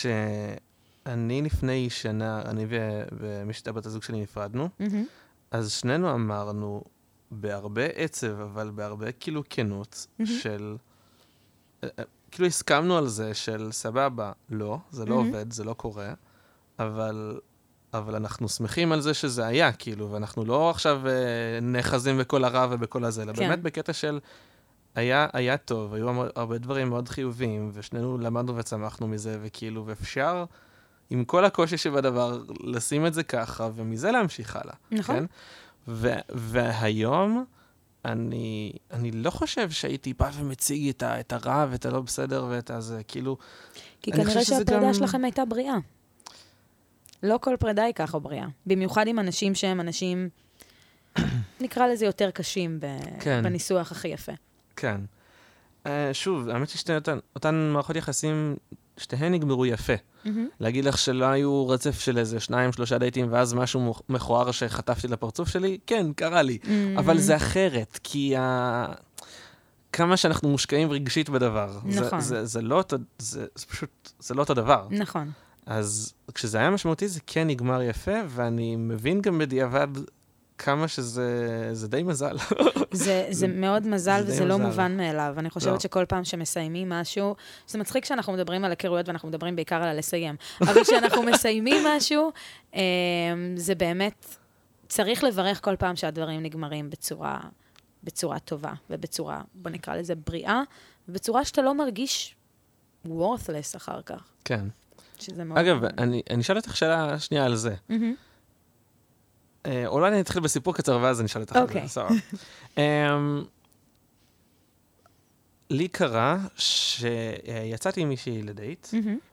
כשאני לפני שנה, אני ומשתה בת הזוג שלי נפרדנו, אז שנינו אמרנו, בהרבה עצב, אבל בהרבה כאילו כנות, של... כאילו הסכמנו על זה של סבבה, לא, זה לא עובד, זה לא קורה, אבל, אבל אנחנו שמחים על זה שזה היה, כאילו, ואנחנו לא עכשיו נחזים בכל הרע ובכל הזה, אלא באמת בקטע של היה, היה טוב, היו הרבה דברים מאוד חיוביים, ושנינו למדנו וצמחנו מזה, וכאילו, ואפשר עם כל הקושי שבדבר לשים את זה ככה, ומזה להמשיך הלאה. נכון. כן? ו- והיום, אני, אני לא חושב שהייתי בא ומציג את, ה, את הרע ואת הלא בסדר ואת הזה, כאילו... כי כנראה שהפרידה גם... שלכם הייתה בריאה. לא כל פרידה היא ככה בריאה. במיוחד עם אנשים שהם אנשים, נקרא לזה יותר קשים ב... כן. בניסוח הכי יפה. כן. Uh, שוב, האמת ששתי אותן, אותן מערכות יחסים, שתיהן נגמרו יפה. Mm-hmm. להגיד לך שלא היו רצף של איזה שניים, שלושה דייטים, ואז משהו מכוער שחטפתי לפרצוף שלי, כן, קרה לי. Mm-hmm. אבל זה אחרת, כי ה... כמה שאנחנו מושקעים רגשית בדבר. נכון. זה, זה, זה, לא, זה, זה פשוט, זה לא אותו דבר. נכון. אז כשזה היה משמעותי, זה כן נגמר יפה, ואני מבין גם בדיעבד כמה שזה זה די מזל. זה, זה מאוד מזל וזה לא מובן מאליו. אני חושבת שכל פעם שמסיימים משהו, זה מצחיק שאנחנו מדברים על הכירויות ואנחנו מדברים בעיקר על הלסיים, אבל כשאנחנו מסיימים משהו, זה באמת, צריך לברך כל פעם שהדברים נגמרים בצורה, בצורה טובה ובצורה, בוא נקרא לזה בריאה, ובצורה שאתה לא מרגיש worthless אחר כך. כן. שזה מאוד... אגב, אני, אני אשאל אותך שאלה שנייה על זה. Mm-hmm. אה, אולי אני אתחיל בסיפור קצר, ואז אני אשאל אותך על זה. סבבה. לי קרה שיצאתי עם מישהי לדייט,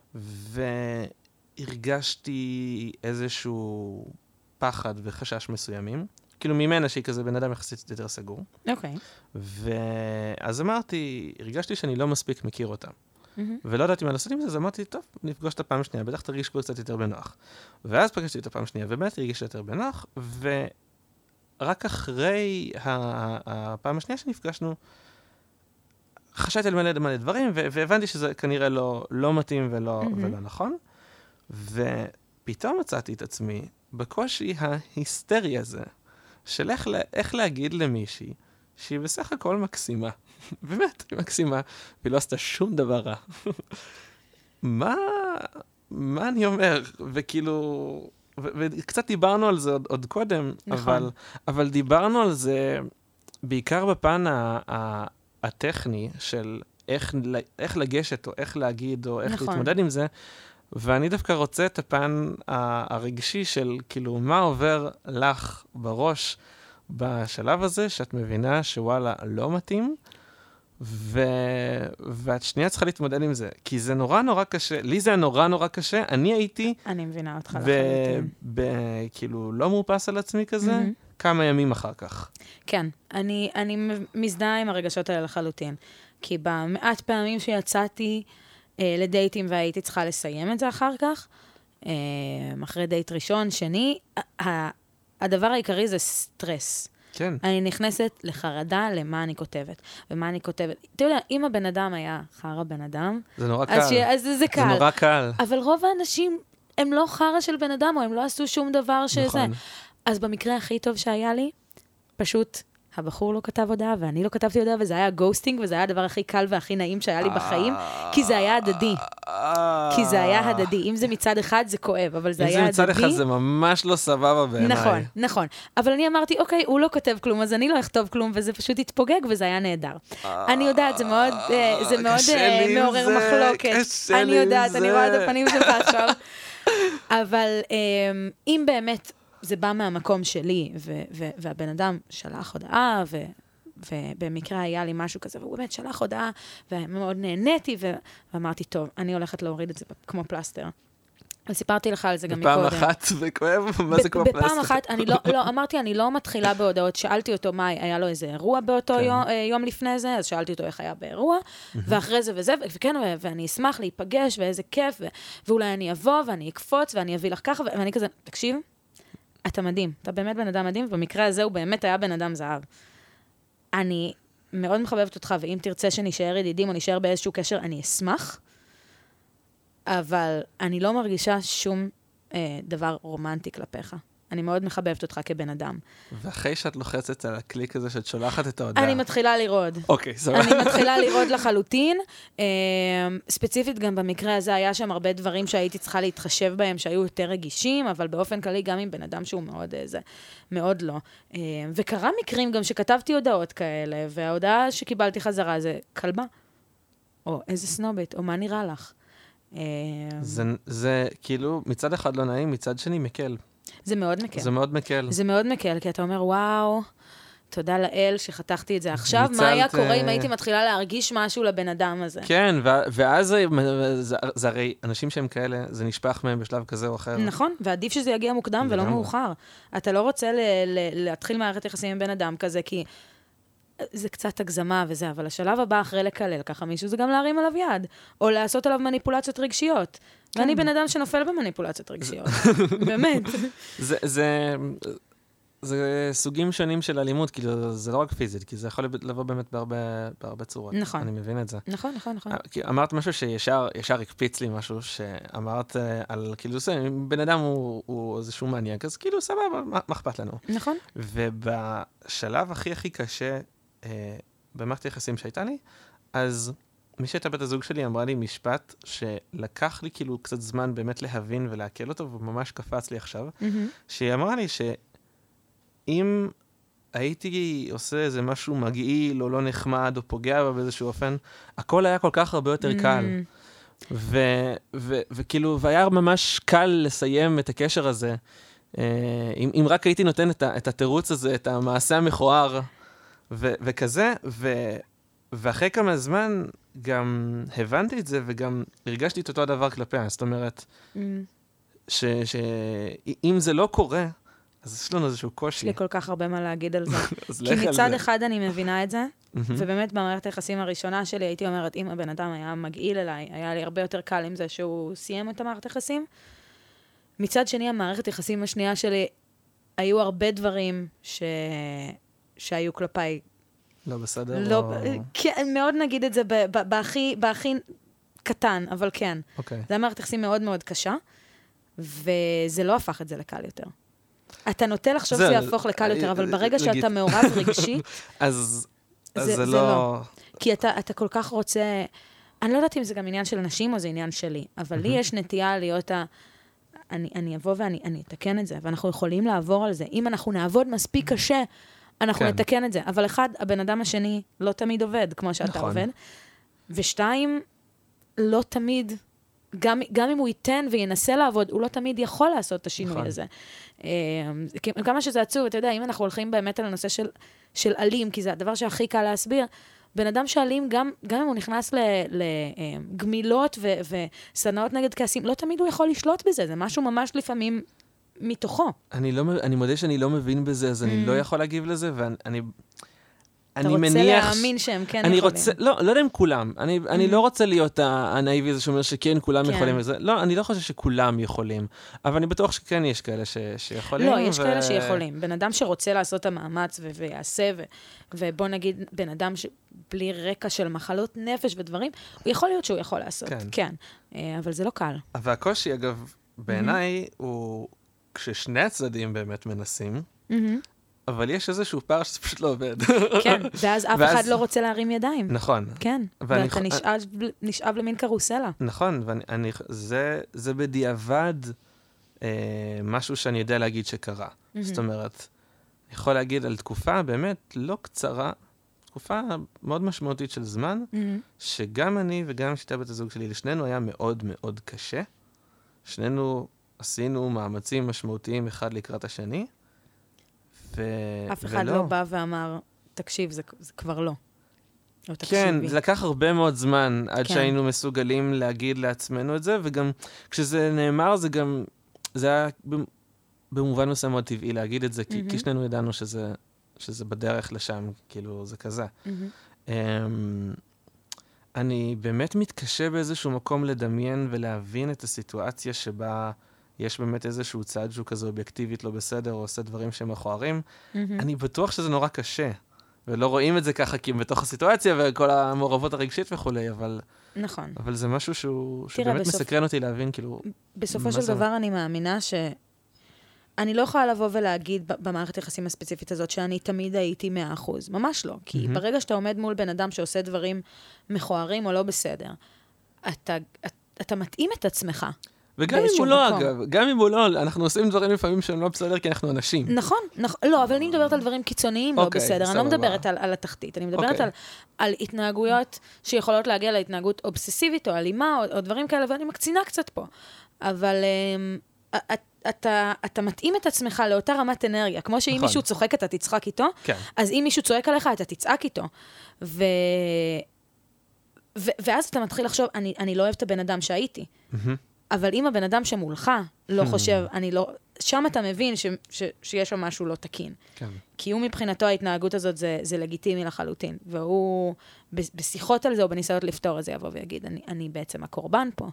והרגשתי איזשהו פחד וחשש מסוימים, כאילו ממנה שהיא כזה בן אדם יחסית יותר סגור. אוקיי. ואז אמרתי, הרגשתי שאני לא מספיק מכיר אותה. ולא ידעתי מה לעשות עם זה, אז אמרתי, טוב, נפגוש את הפעם השנייה, בטח תרגיש פה קצת יותר בנוח. ואז פגשתי את הפעם השנייה, ובאמת הרגיש יותר בנוח, ורק אחרי הפעם השנייה שנפגשנו, חשבתי על מלא מלא דברים, והבנתי שזה כנראה לא מתאים ולא נכון, ופתאום מצאתי את עצמי בקושי ההיסטרי הזה, של איך להגיד למישהי, שהיא בסך הכל מקסימה. באמת, היא מקסימה, והיא לא עשתה שום דבר רע. מה, מה אני אומר? וכאילו, וקצת דיברנו על זה עוד, עוד קודם, נכון. אבל, אבל דיברנו על זה בעיקר בפן ה, ה, הטכני של איך, איך לגשת, או איך להגיד, או איך נכון. להתמודד עם זה, ואני דווקא רוצה את הפן הרגשי של, כאילו, מה עובר לך בראש, בשלב הזה, שאת מבינה שוואלה לא מתאים, ו... ואת שנייה צריכה להתמודד עם זה. כי זה נורא נורא קשה, לי זה היה נורא נורא קשה, אני הייתי... אני מבינה אותך ב... לחלוטין. ב... כאילו, לא מאופס על עצמי כזה, mm-hmm. כמה ימים אחר כך. כן, אני, אני מזדהה עם הרגשות האלה לחלוטין. כי במעט פעמים שיצאתי אה, לדייטים והייתי צריכה לסיים את זה אחר כך, אה, אחרי דייט ראשון, שני, ה... הדבר העיקרי זה סטרס. כן. אני נכנסת לחרדה למה אני כותבת. ומה אני כותבת. אתה יודע, אם הבן אדם היה חרא בן אדם, זה נורא קל. ש... אז זה, זה קל. זה נורא קל. אבל רוב האנשים, הם לא חרא של בן אדם, או הם לא עשו שום דבר שזה. נכון. אז במקרה הכי טוב שהיה לי, פשוט הבחור לא כתב הודעה, ואני לא כתבתי הודעה, וזה היה גוסטינג, וזה היה הדבר הכי קל והכי נעים שהיה לי בחיים, כי זה היה הדדי. כי זה היה הדדי. אם זה מצד אחד, זה כואב, אבל זה היה הדדי. אם זה מצד אחד, זה ממש לא סבבה בעיניי. נכון, נכון. אבל אני אמרתי, אוקיי, הוא לא כותב כלום, אז אני לא אכתוב כלום, וזה פשוט התפוגג, וזה היה נהדר. אני יודעת, זה מאוד, זה מאוד מעורר מחלוקת. אני יודעת, אני רואה את הפנים שלך עכשיו. אבל אם באמת זה בא מהמקום שלי, והבן אדם שלח הודעה, ובמקרה היה לי משהו כזה, והוא באמת שלח הודעה, ומאוד נהניתי, ואמרתי, טוב, אני הולכת להוריד את זה כמו פלסטר. וסיפרתי לך על זה גם מקודם. בפעם אחת וכואב? מה זה כמו פלסטר? בפעם אחת, אני לא, לא, אמרתי, אני לא מתחילה בהודעות, שאלתי אותו מה, היה לו איזה אירוע באותו יום, יום לפני זה, אז שאלתי אותו איך היה באירוע, ואחרי זה וזה, וכן, ואני אשמח להיפגש, ואיזה כיף, ואולי אני אבוא, ואני אקפוץ, ואני אביא לך ככה, ואני כזה, תקשיב, אתה מדהים, אתה באמת בן אדם מדהים, ובמקרה הזה הוא באמת היה בן אדם זהב. אני מאוד מחבבת אותך, ואם תרצה שנשאר ידידים או נשאר באיזשהו קשר, אני אשמח, אבל אני לא מרגישה שום אה, דבר רומנטי כלפיך. אני מאוד מחבבת אותך כבן אדם. ואחרי שאת לוחצת על הקליק הזה שאת שולחת את ההודעה... אני מתחילה לראות. אוקיי, סבבה. אני מתחילה לראות לחלוטין. אה, ספציפית גם במקרה הזה היה שם הרבה דברים שהייתי צריכה להתחשב בהם, שהיו יותר רגישים, אבל באופן כללי גם עם בן אדם שהוא מאוד איזה, מאוד לא. אה, וקרה מקרים גם שכתבתי הודעות כאלה, וההודעה שקיבלתי חזרה זה כלבה. או איזה סנובית, או מה נראה לך. זה, זה כאילו מצד אחד לא נעים, מצד שני מקל. זה מאוד מקל. זה מאוד מקל. זה מאוד מקל, כי אתה אומר, וואו, תודה לאל שחתכתי את זה עכשיו. מה היה קורה אם הייתי מתחילה להרגיש משהו לבן אדם הזה? כן, ואז זה הרי אנשים שהם כאלה, זה נשפך מהם בשלב כזה או אחר. נכון, ועדיף שזה יגיע מוקדם ולא מאוחר. אתה לא רוצה להתחיל מערכת יחסים עם בן אדם כזה, כי זה קצת הגזמה וזה, אבל השלב הבא אחרי לקלל ככה מישהו, זה גם להרים עליו יד, או לעשות עליו מניפולציות רגשיות. ואני בן אדם שנופל במניפולציות רגשיות. באמת. זה, זה, זה סוגים שונים של אלימות, כאילו, זה לא רק פיזית, כי זה יכול לבוא באמת בהרבה, בהרבה צורות. נכון. אני מבין את זה. נכון, נכון, נכון. כי אמרת משהו שישר, ישר הקפיץ לי משהו, שאמרת על, כאילו, זה, בן אדם הוא, הוא איזשהו מניאק, אז כאילו, סבבה, מה אכפת לנו? נכון. ובשלב הכי הכי קשה, אה, במערכת היחסים שהייתה לי, אז מי שהייתה בת הזוג שלי אמרה לי משפט שלקח לי כאילו קצת זמן באמת להבין ולהקל אותו, וממש קפץ לי עכשיו, mm-hmm. שהיא אמרה לי שאם הייתי עושה איזה משהו מגעיל או לא נחמד או פוגע בה באיזשהו אופן, הכל היה כל כך הרבה יותר mm-hmm. קל. ו- ו- וכאילו, והיה ממש קל לסיים את הקשר הזה, אה, אם, אם רק הייתי נותן את, ה- את התירוץ הזה, את המעשה המכוער, ו- וכזה, ו- ואחרי כמה זמן גם הבנתי את זה, וגם הרגשתי את אותו הדבר כלפיה. זאת אומרת, mm. שאם ש- זה לא קורה, אז יש לנו איזשהו קושי. יש לי כל כך הרבה מה להגיד על זה. כי מצד זה. אחד אני מבינה את זה, ובאמת במערכת היחסים הראשונה שלי הייתי אומרת, אם הבן אדם היה מגעיל אליי, היה לי הרבה יותר קל עם זה שהוא סיים את המערכת היחסים. מצד שני, המערכת היחסים השנייה שלי, היו הרבה דברים ש... שהיו כלפיי. לא בסדר? לא, או... כן, מאוד נגיד את זה בהכי, בהכי קטן, אבל כן. אוקיי. זה המערכת יחסים מאוד מאוד קשה, וזה לא הפך את זה לקל יותר. אתה נוטה לחשוב שזה יהפוך לקל יותר, אבל ברגע שאתה מעורב רגשית, אז זה לא... כי אתה כל כך רוצה... אני לא יודעת אם זה גם עניין של אנשים או זה עניין שלי, אבל לי יש נטייה להיות ה... אני אבוא ואני אתקן את זה, ואנחנו יכולים לעבור על זה. אם אנחנו נעבוד מספיק קשה, אנחנו נתקן את זה. אבל אחד, הבן אדם השני לא תמיד עובד, כמו שאתה עובד. ושתיים, לא תמיד, גם, גם אם הוא ייתן וינסה לעבוד, הוא לא תמיד יכול לעשות את השינוי הזה. כמה שזה עצוב, אתה יודע, אם אנחנו הולכים באמת על הנושא של, של אלים, כי זה הדבר שהכי קל להסביר, בן אדם שאלים, גם, גם אם הוא נכנס לגמילות וסדנאות נגד כעסים, לא תמיד הוא יכול לשלוט בזה, זה משהו ממש לפעמים מתוכו. אני, לא, אני מודה שאני לא מבין בזה, אז אני לא יכול להגיב לזה, ואני... אתה רוצה מניח, להאמין שהם כן אני יכולים. רוצה, לא, לא יודע אם כולם. אני, mm-hmm. אני לא רוצה להיות הנאיבי הזה שאומר שכן, כולם כן. יכולים לזה. לא, אני לא חושב שכולם יכולים. אבל אני בטוח שכן יש כאלה ש, שיכולים. לא, יש ו... כאלה שיכולים. בן אדם שרוצה לעשות את המאמץ ו- ויעשה, ו- ובוא נגיד, בן אדם שבלי רקע של מחלות נפש ודברים, הוא יכול להיות שהוא יכול לעשות. כן. כן. אבל זה לא קל. אבל הקושי, אגב, בעיניי, mm-hmm. הוא כששני הצדדים באמת מנסים, mm-hmm. אבל יש איזשהו פער שזה פשוט לא עובד. כן, ואז אף אחד לא רוצה להרים ידיים. נכון. כן, ואתה נשאב למין קרוסלה. נכון, וזה בדיעבד משהו שאני יודע להגיד שקרה. זאת אומרת, אני יכול להגיד על תקופה באמת לא קצרה, תקופה מאוד משמעותית של זמן, שגם אני וגם שיטה בת הזוג שלי, לשנינו היה מאוד מאוד קשה. שנינו עשינו מאמצים משמעותיים אחד לקראת השני, ו... אף אחד ולא. לא בא ואמר, תקשיב, זה, זה כבר לא. או כן, זה לקח הרבה מאוד זמן עד כן. שהיינו מסוגלים להגיד לעצמנו את זה, וגם כשזה נאמר, זה גם, זה היה במובן מסוים מאוד טבעי להגיד את זה, כי, mm-hmm. כי שנינו ידענו שזה, שזה בדרך לשם, כאילו, זה כזה. Mm-hmm. Um, אני באמת מתקשה באיזשהו מקום לדמיין ולהבין את הסיטואציה שבה יש באמת איזשהו צעד שהוא כזה אובייקטיבית לא בסדר, או עושה דברים שהם מכוערים. Mm-hmm. אני בטוח שזה נורא קשה, ולא רואים את זה ככה, כי בתוך הסיטואציה וכל המעורבות הרגשית וכולי, אבל... נכון. אבל זה משהו שהוא, שבאמת בסופ... מסקרן אותי להבין, כאילו... בסופו של זה... דבר אני מאמינה ש... אני לא יכולה לבוא ולהגיד במערכת יחסים הספציפית הזאת שאני תמיד הייתי מאה אחוז. ממש לא. כי mm-hmm. ברגע שאתה עומד מול בן אדם שעושה דברים מכוערים או לא בסדר, אתה, אתה, אתה מתאים את עצמך. וגם אם הוא לא, אגב, גם אם הוא לא, אנחנו עושים דברים לפעמים שהם לא בסדר, כי אנחנו אנשים. נכון, נכון. לא, אבל אני מדברת על דברים קיצוניים לא בסדר. אני לא מדברת על, על התחתית. אני מדברת על, על התנהגויות שיכולות להגיע להתנהגות אובססיבית או אלימה או, או דברים כאלה, ואני מקצינה קצת פה. אבל את, אתה, אתה מתאים את עצמך לאותה רמת אנרגיה. כמו שאם נכון. מישהו צוחק, אתה תצחק איתו, כן. אז אם מישהו צועק עליך, אתה תצעק איתו. ו... ו... ואז אתה מתחיל לחשוב, אני, אני לא אוהב את הבן אדם שהייתי. Mm-hmm. אבל אם הבן אדם שמולך לא חושב, אני לא... שם אתה מבין ש... ש... שיש שם משהו לא תקין. כן. כי הוא מבחינתו ההתנהגות הזאת זה, זה לגיטימי לחלוטין. והוא בשיחות על זה, או בניסיונות לפתור את זה, יבוא ויגיד, אני, אני בעצם הקורבן פה.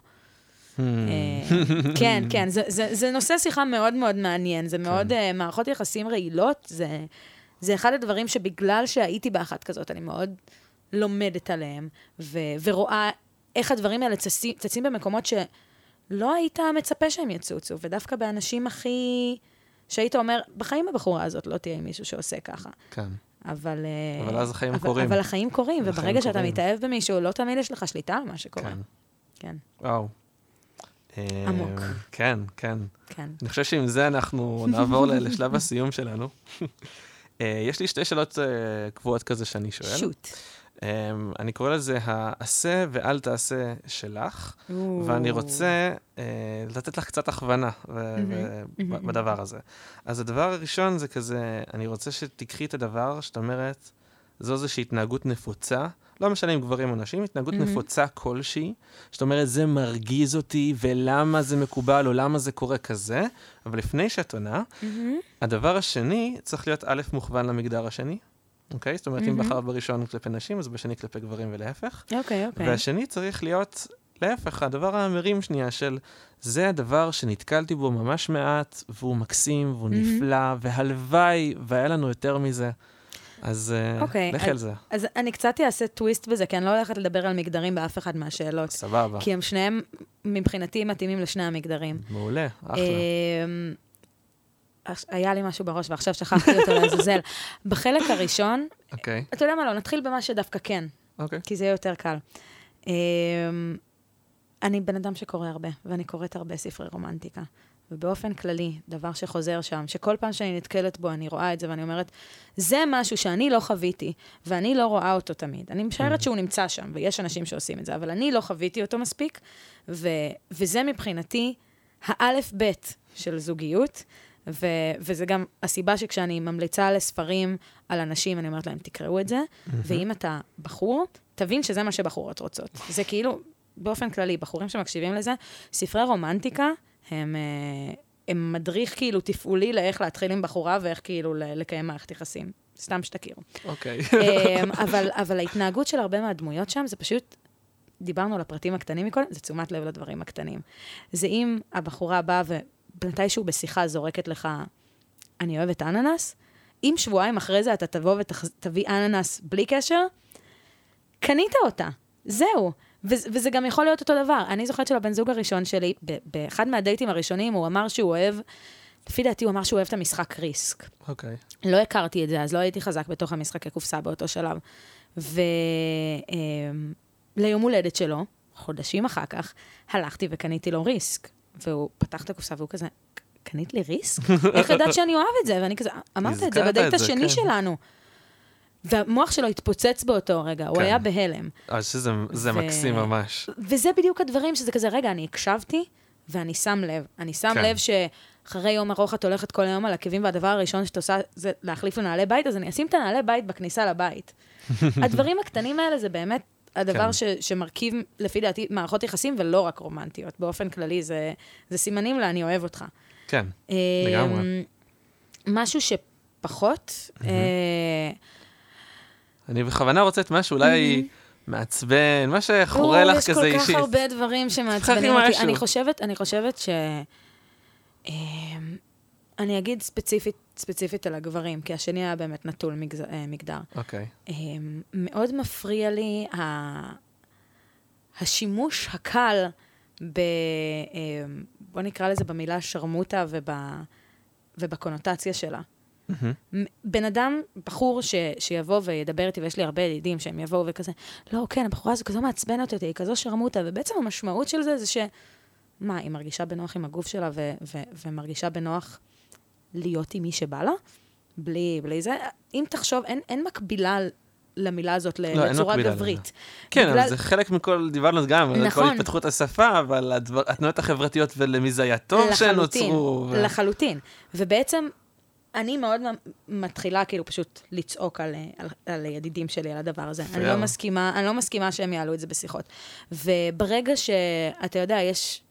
כן, כן, זה, זה, זה נושא שיחה מאוד מאוד מעניין, זה מאוד, uh, מערכות יחסים רעילות, זה, זה אחד הדברים שבגלל שהייתי באחת כזאת, אני מאוד לומדת עליהם, ו, ורואה איך הדברים האלה צצים, צצים במקומות שלא היית מצפה שהם יצוצו, ודווקא באנשים הכי, שהיית אומר, בחיים הבחורה הזאת לא תהיה מישהו שעושה ככה. כן. אבל, אבל אז החיים אבל, קורים. אבל החיים קורים, וברגע שאתה מתאהב במישהו, לא תמיד יש לך שליטה על מה שקורה. כן. כן. וואו. עמוק. כן, כן. כן. אני חושב שעם זה אנחנו נעבור לשלב הסיום שלנו. יש לי שתי שאלות קבועות כזה שאני שואל. שוט. אני קורא לזה העשה ואל תעשה שלך, ואני רוצה לתת לך קצת הכוונה בדבר הזה. אז הדבר הראשון זה כזה, אני רוצה שתקחי את הדבר שאת אומרת, זו איזושהי התנהגות נפוצה, לא משנה אם גברים או נשים, התנהגות mm-hmm. נפוצה כלשהי, זאת אומרת, זה מרגיז אותי, ולמה זה מקובל, או למה זה קורה כזה, אבל לפני שאת עונה, mm-hmm. הדבר השני צריך להיות א' מוכוון למגדר השני, אוקיי? זאת אומרת, mm-hmm. אם בחרת בראשון כלפי נשים, אז בשני כלפי גברים ולהפך. אוקיי, אוקיי. והשני צריך להיות להפך, הדבר המרים שנייה של, זה הדבר שנתקלתי בו ממש מעט, והוא מקסים, והוא mm-hmm. נפלא, והלוואי, והיה לנו יותר מזה. אז okay, לכי על זה. אז אני קצת אעשה טוויסט בזה, כי אני לא הולכת לדבר על מגדרים באף אחד מהשאלות. סבבה. כי הם שניהם, מבחינתי, מתאימים לשני המגדרים. מעולה, אחלה. היה לי משהו בראש, ועכשיו שכחתי אותו לעזאזל. בחלק הראשון, אוקיי. אתה יודע מה, לא, נתחיל במה שדווקא כן. אוקיי. כי זה יהיה יותר קל. אני בן אדם שקורא הרבה, ואני קוראת הרבה ספרי רומנטיקה. ובאופן כללי, דבר שחוזר שם, שכל פעם שאני נתקלת בו, אני רואה את זה, ואני אומרת, זה משהו שאני לא חוויתי, ואני לא רואה אותו תמיד. אני משערת שהוא נמצא שם, ויש אנשים שעושים את זה, אבל אני לא חוויתי אותו מספיק, ו- וזה מבחינתי האלף בית של זוגיות, ו- וזה גם הסיבה שכשאני ממליצה לספרים על אנשים, אני אומרת להם, תקראו את זה, ואם אתה בחור, תבין שזה מה שבחורות רוצות. זה כאילו, באופן כללי, בחורים שמקשיבים לזה, ספרי רומנטיקה, הם, הם מדריך כאילו תפעולי לאיך להתחיל עם בחורה ואיך כאילו לקיים מערכת יחסים. סתם שתכירו. אוקיי. אבל, אבל ההתנהגות של הרבה מהדמויות שם, זה פשוט, דיברנו על הפרטים הקטנים מכל, זה תשומת לב לדברים הקטנים. זה אם הבחורה באה ומתישהו בשיחה זורקת לך, אני אוהבת אננס, אם שבועיים אחרי זה אתה תבוא ותביא אננס בלי קשר, קנית אותה. זהו. וזה גם יכול להיות אותו דבר. אני זוכרת של הבן זוג הראשון שלי, באחד מהדייטים הראשונים, הוא אמר שהוא אוהב לפי דעתי הוא אמר שהוא אוהב את המשחק ריסק. אוקיי. לא הכרתי את זה, אז לא הייתי חזק בתוך המשחקי קופסה באותו שלב. וליום הולדת שלו, חודשים אחר כך, הלכתי וקניתי לו ריסק. והוא פתח את הקופסה והוא כזה, קנית לי ריסק? איך ידעת שאני אוהב את זה? ואני כזה, אמרת את זה בדייט השני שלנו. והמוח שלו התפוצץ באותו רגע, הוא היה בהלם. אז שזה מקסים ממש. וזה בדיוק הדברים שזה כזה, רגע, אני הקשבתי, ואני שם לב. אני שם לב שאחרי יום ארוך את הולכת כל היום על עקבים, והדבר הראשון שאתה עושה זה להחליף לנעלי בית, אז אני אשים את הנעלי בית בכניסה לבית. הדברים הקטנים האלה זה באמת הדבר שמרכיב, לפי דעתי, מערכות יחסים ולא רק רומנטיות. באופן כללי, זה סימנים לה, אני אוהב אותך. כן, לגמרי. משהו שפחות... אני בכוונה רוצה את משהו, אולי מעצבן, מה שחורה לך כזה אישית. יש כל כך הרבה דברים שמעצבנים אותי. אני חושבת, אני חושבת ש... אני אגיד ספציפית, ספציפית על הגברים, כי השני היה באמת נטול מגדר. אוקיי. מאוד מפריע לי השימוש הקל ב... בוא נקרא לזה במילה שרמוטה ובקונוטציה שלה. בן אדם, בחור ש, שיבוא וידבר איתי, ויש לי הרבה ידידים שהם יבואו וכזה, לא, כן, הבחורה הזו כזו מעצבנת אותי, היא כזו שרמוטה, ובעצם המשמעות של זה זה ש... מה, היא מרגישה בנוח עם הגוף שלה, ו, ו, ומרגישה בנוח להיות עם מי שבא לה? בלי, בלי זה. אם תחשוב, אין, אין מקבילה למילה הזאת לא, לצורה גברית. כן, בגלל... אבל זה חלק מכל, דיברנו גם, נכון. כל התפתחות השפה, אבל הדבר, התנועות החברתיות ולמי זה היה טוב שנוצרו. ו... לחלוטין. ובעצם, אני מאוד מתחילה כאילו פשוט לצעוק על, על, על ידידים שלי, על הדבר הזה. אני לא מסכימה, אני לא מסכימה שהם יעלו את זה בשיחות. וברגע שאתה יודע, יש...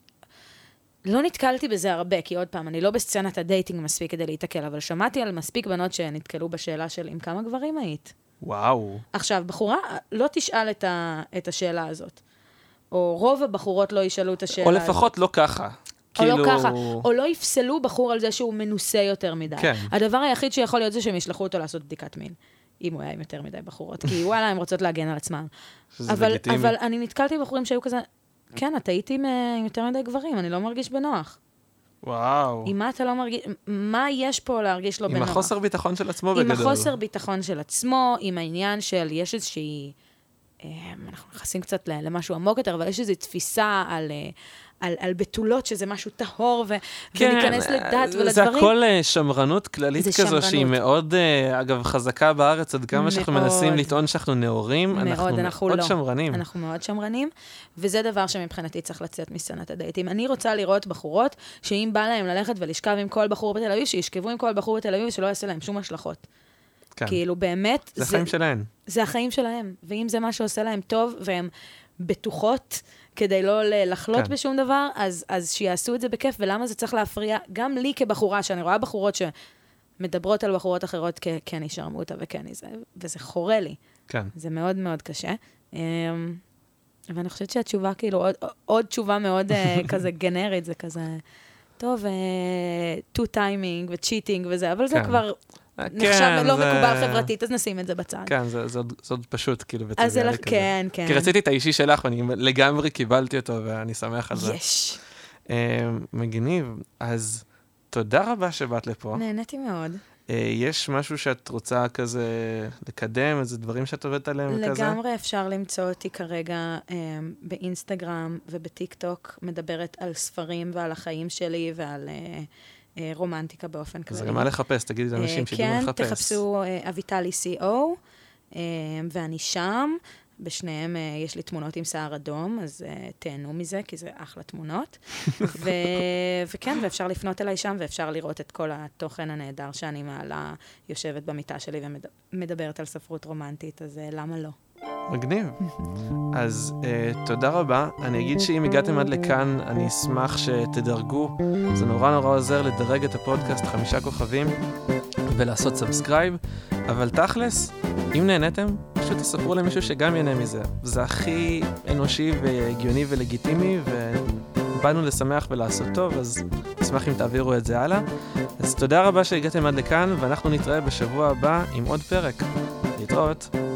לא נתקלתי בזה הרבה, כי עוד פעם, אני לא בסצנת הדייטינג מספיק כדי להתקל, אבל שמעתי על מספיק בנות שנתקלו בשאלה של עם כמה גברים היית. וואו. עכשיו, בחורה לא תשאל את, ה, את השאלה הזאת. או רוב הבחורות לא ישאלו את השאלה הזאת. או לפחות לא ככה. או לא ככה, או לא יפסלו בחור על זה שהוא מנוסה יותר מדי. כן. הדבר היחיד שיכול להיות זה שהם ישלחו אותו לעשות בדיקת מין, אם הוא היה עם יותר מדי בחורות, כי וואלה, הם רוצות להגן על עצמם. אבל, אבל אני נתקלתי בחורים שהיו כזה, כן, אתה הייתי עם, עם יותר מדי גברים, אני לא מרגיש בנוח. וואו. עם מה אתה לא מרגיש, מה יש פה להרגיש לו עם בנוח? עם החוסר ביטחון של עצמו בגדול. עם החוסר ביטחון של עצמו, עם העניין של, יש איזושהי, אנחנו נכנסים קצת למשהו עמוק יותר, אבל יש איזו תפיסה על... על, על בתולות, שזה משהו טהור, ו- כן, ולהיכנס לדת ולדברים. זה הכל שמרנות כללית כזו, שמרנות. שהיא מאוד, אגב, חזקה בארץ, עד כמה מאוד, שאנחנו מנסים לטעון שאנחנו נאורים, מאוד, אנחנו, אנחנו מאוד לא. שמרנים. אנחנו מאוד שמרנים, וזה דבר שמבחינתי צריך לצאת מסצנת הדייטים. אני רוצה לראות בחורות, שאם בא להם ללכת ולשכב עם כל בחור בתל אביב, שישכבו עם כל בחור בתל אביב, שלא יעשה להם שום השלכות. כן. כאילו, באמת... זה, זה החיים שלהם. זה החיים שלהם, ואם זה מה שעושה להם טוב, והם בטוחות, כדי לא לחלוט כן. בשום דבר, אז, אז שיעשו את זה בכיף, ולמה זה צריך להפריע גם לי כבחורה, שאני רואה בחורות שמדברות על בחורות אחרות, כי אני שרמוטה וכן, וזה חורה לי. כן. זה מאוד מאוד קשה. ואני חושבת שהתשובה, כאילו, עוד, עוד תשובה מאוד כזה גנרית, זה כזה, טוב, טו טיימינג וצ'יטינג וזה, אבל זה כבר... נחשב לא מקובל חברתית, אז נשים את זה בצד. כן, זה עוד פשוט, כאילו, אז זה לך, כן, כן. כי רציתי את האישי שלך, ואני לגמרי קיבלתי אותו, ואני שמח על זה. יש. מגניב. אז תודה רבה שבאת לפה. נהניתי מאוד. יש משהו שאת רוצה כזה לקדם, איזה דברים שאת עובדת עליהם כזה? לגמרי אפשר למצוא אותי כרגע באינסטגרם ובטיק טוק, מדברת על ספרים ועל החיים שלי ועל... רומנטיקה באופן כזה. אז גם מה לחפש? תגידי לאנשים שידעו לחפש. כן, תחפשו אביטלי סי או, ואני שם. בשניהם יש לי תמונות עם שיער אדום, אז תהנו מזה, כי זה אחלה תמונות. וכן, ואפשר לפנות אליי שם, ואפשר לראות את כל התוכן הנהדר שאני מעלה, יושבת במיטה שלי ומדברת על ספרות רומנטית, אז למה לא? מגניב. אז uh, תודה רבה. אני אגיד שאם הגעתם עד לכאן, אני אשמח שתדרגו. זה נורא נורא עוזר לדרג את הפודקאסט חמישה כוכבים ולעשות סאבסקרייב. אבל תכלס, אם נהנתם, פשוט תספרו למישהו שגם ייהנה מזה. זה הכי אנושי והגיוני ולגיטימי, ובאנו לשמח ולעשות טוב, אז אשמח אם תעבירו את זה הלאה. אז תודה רבה שהגעתם עד לכאן, ואנחנו נתראה בשבוע הבא עם עוד פרק. להתראות.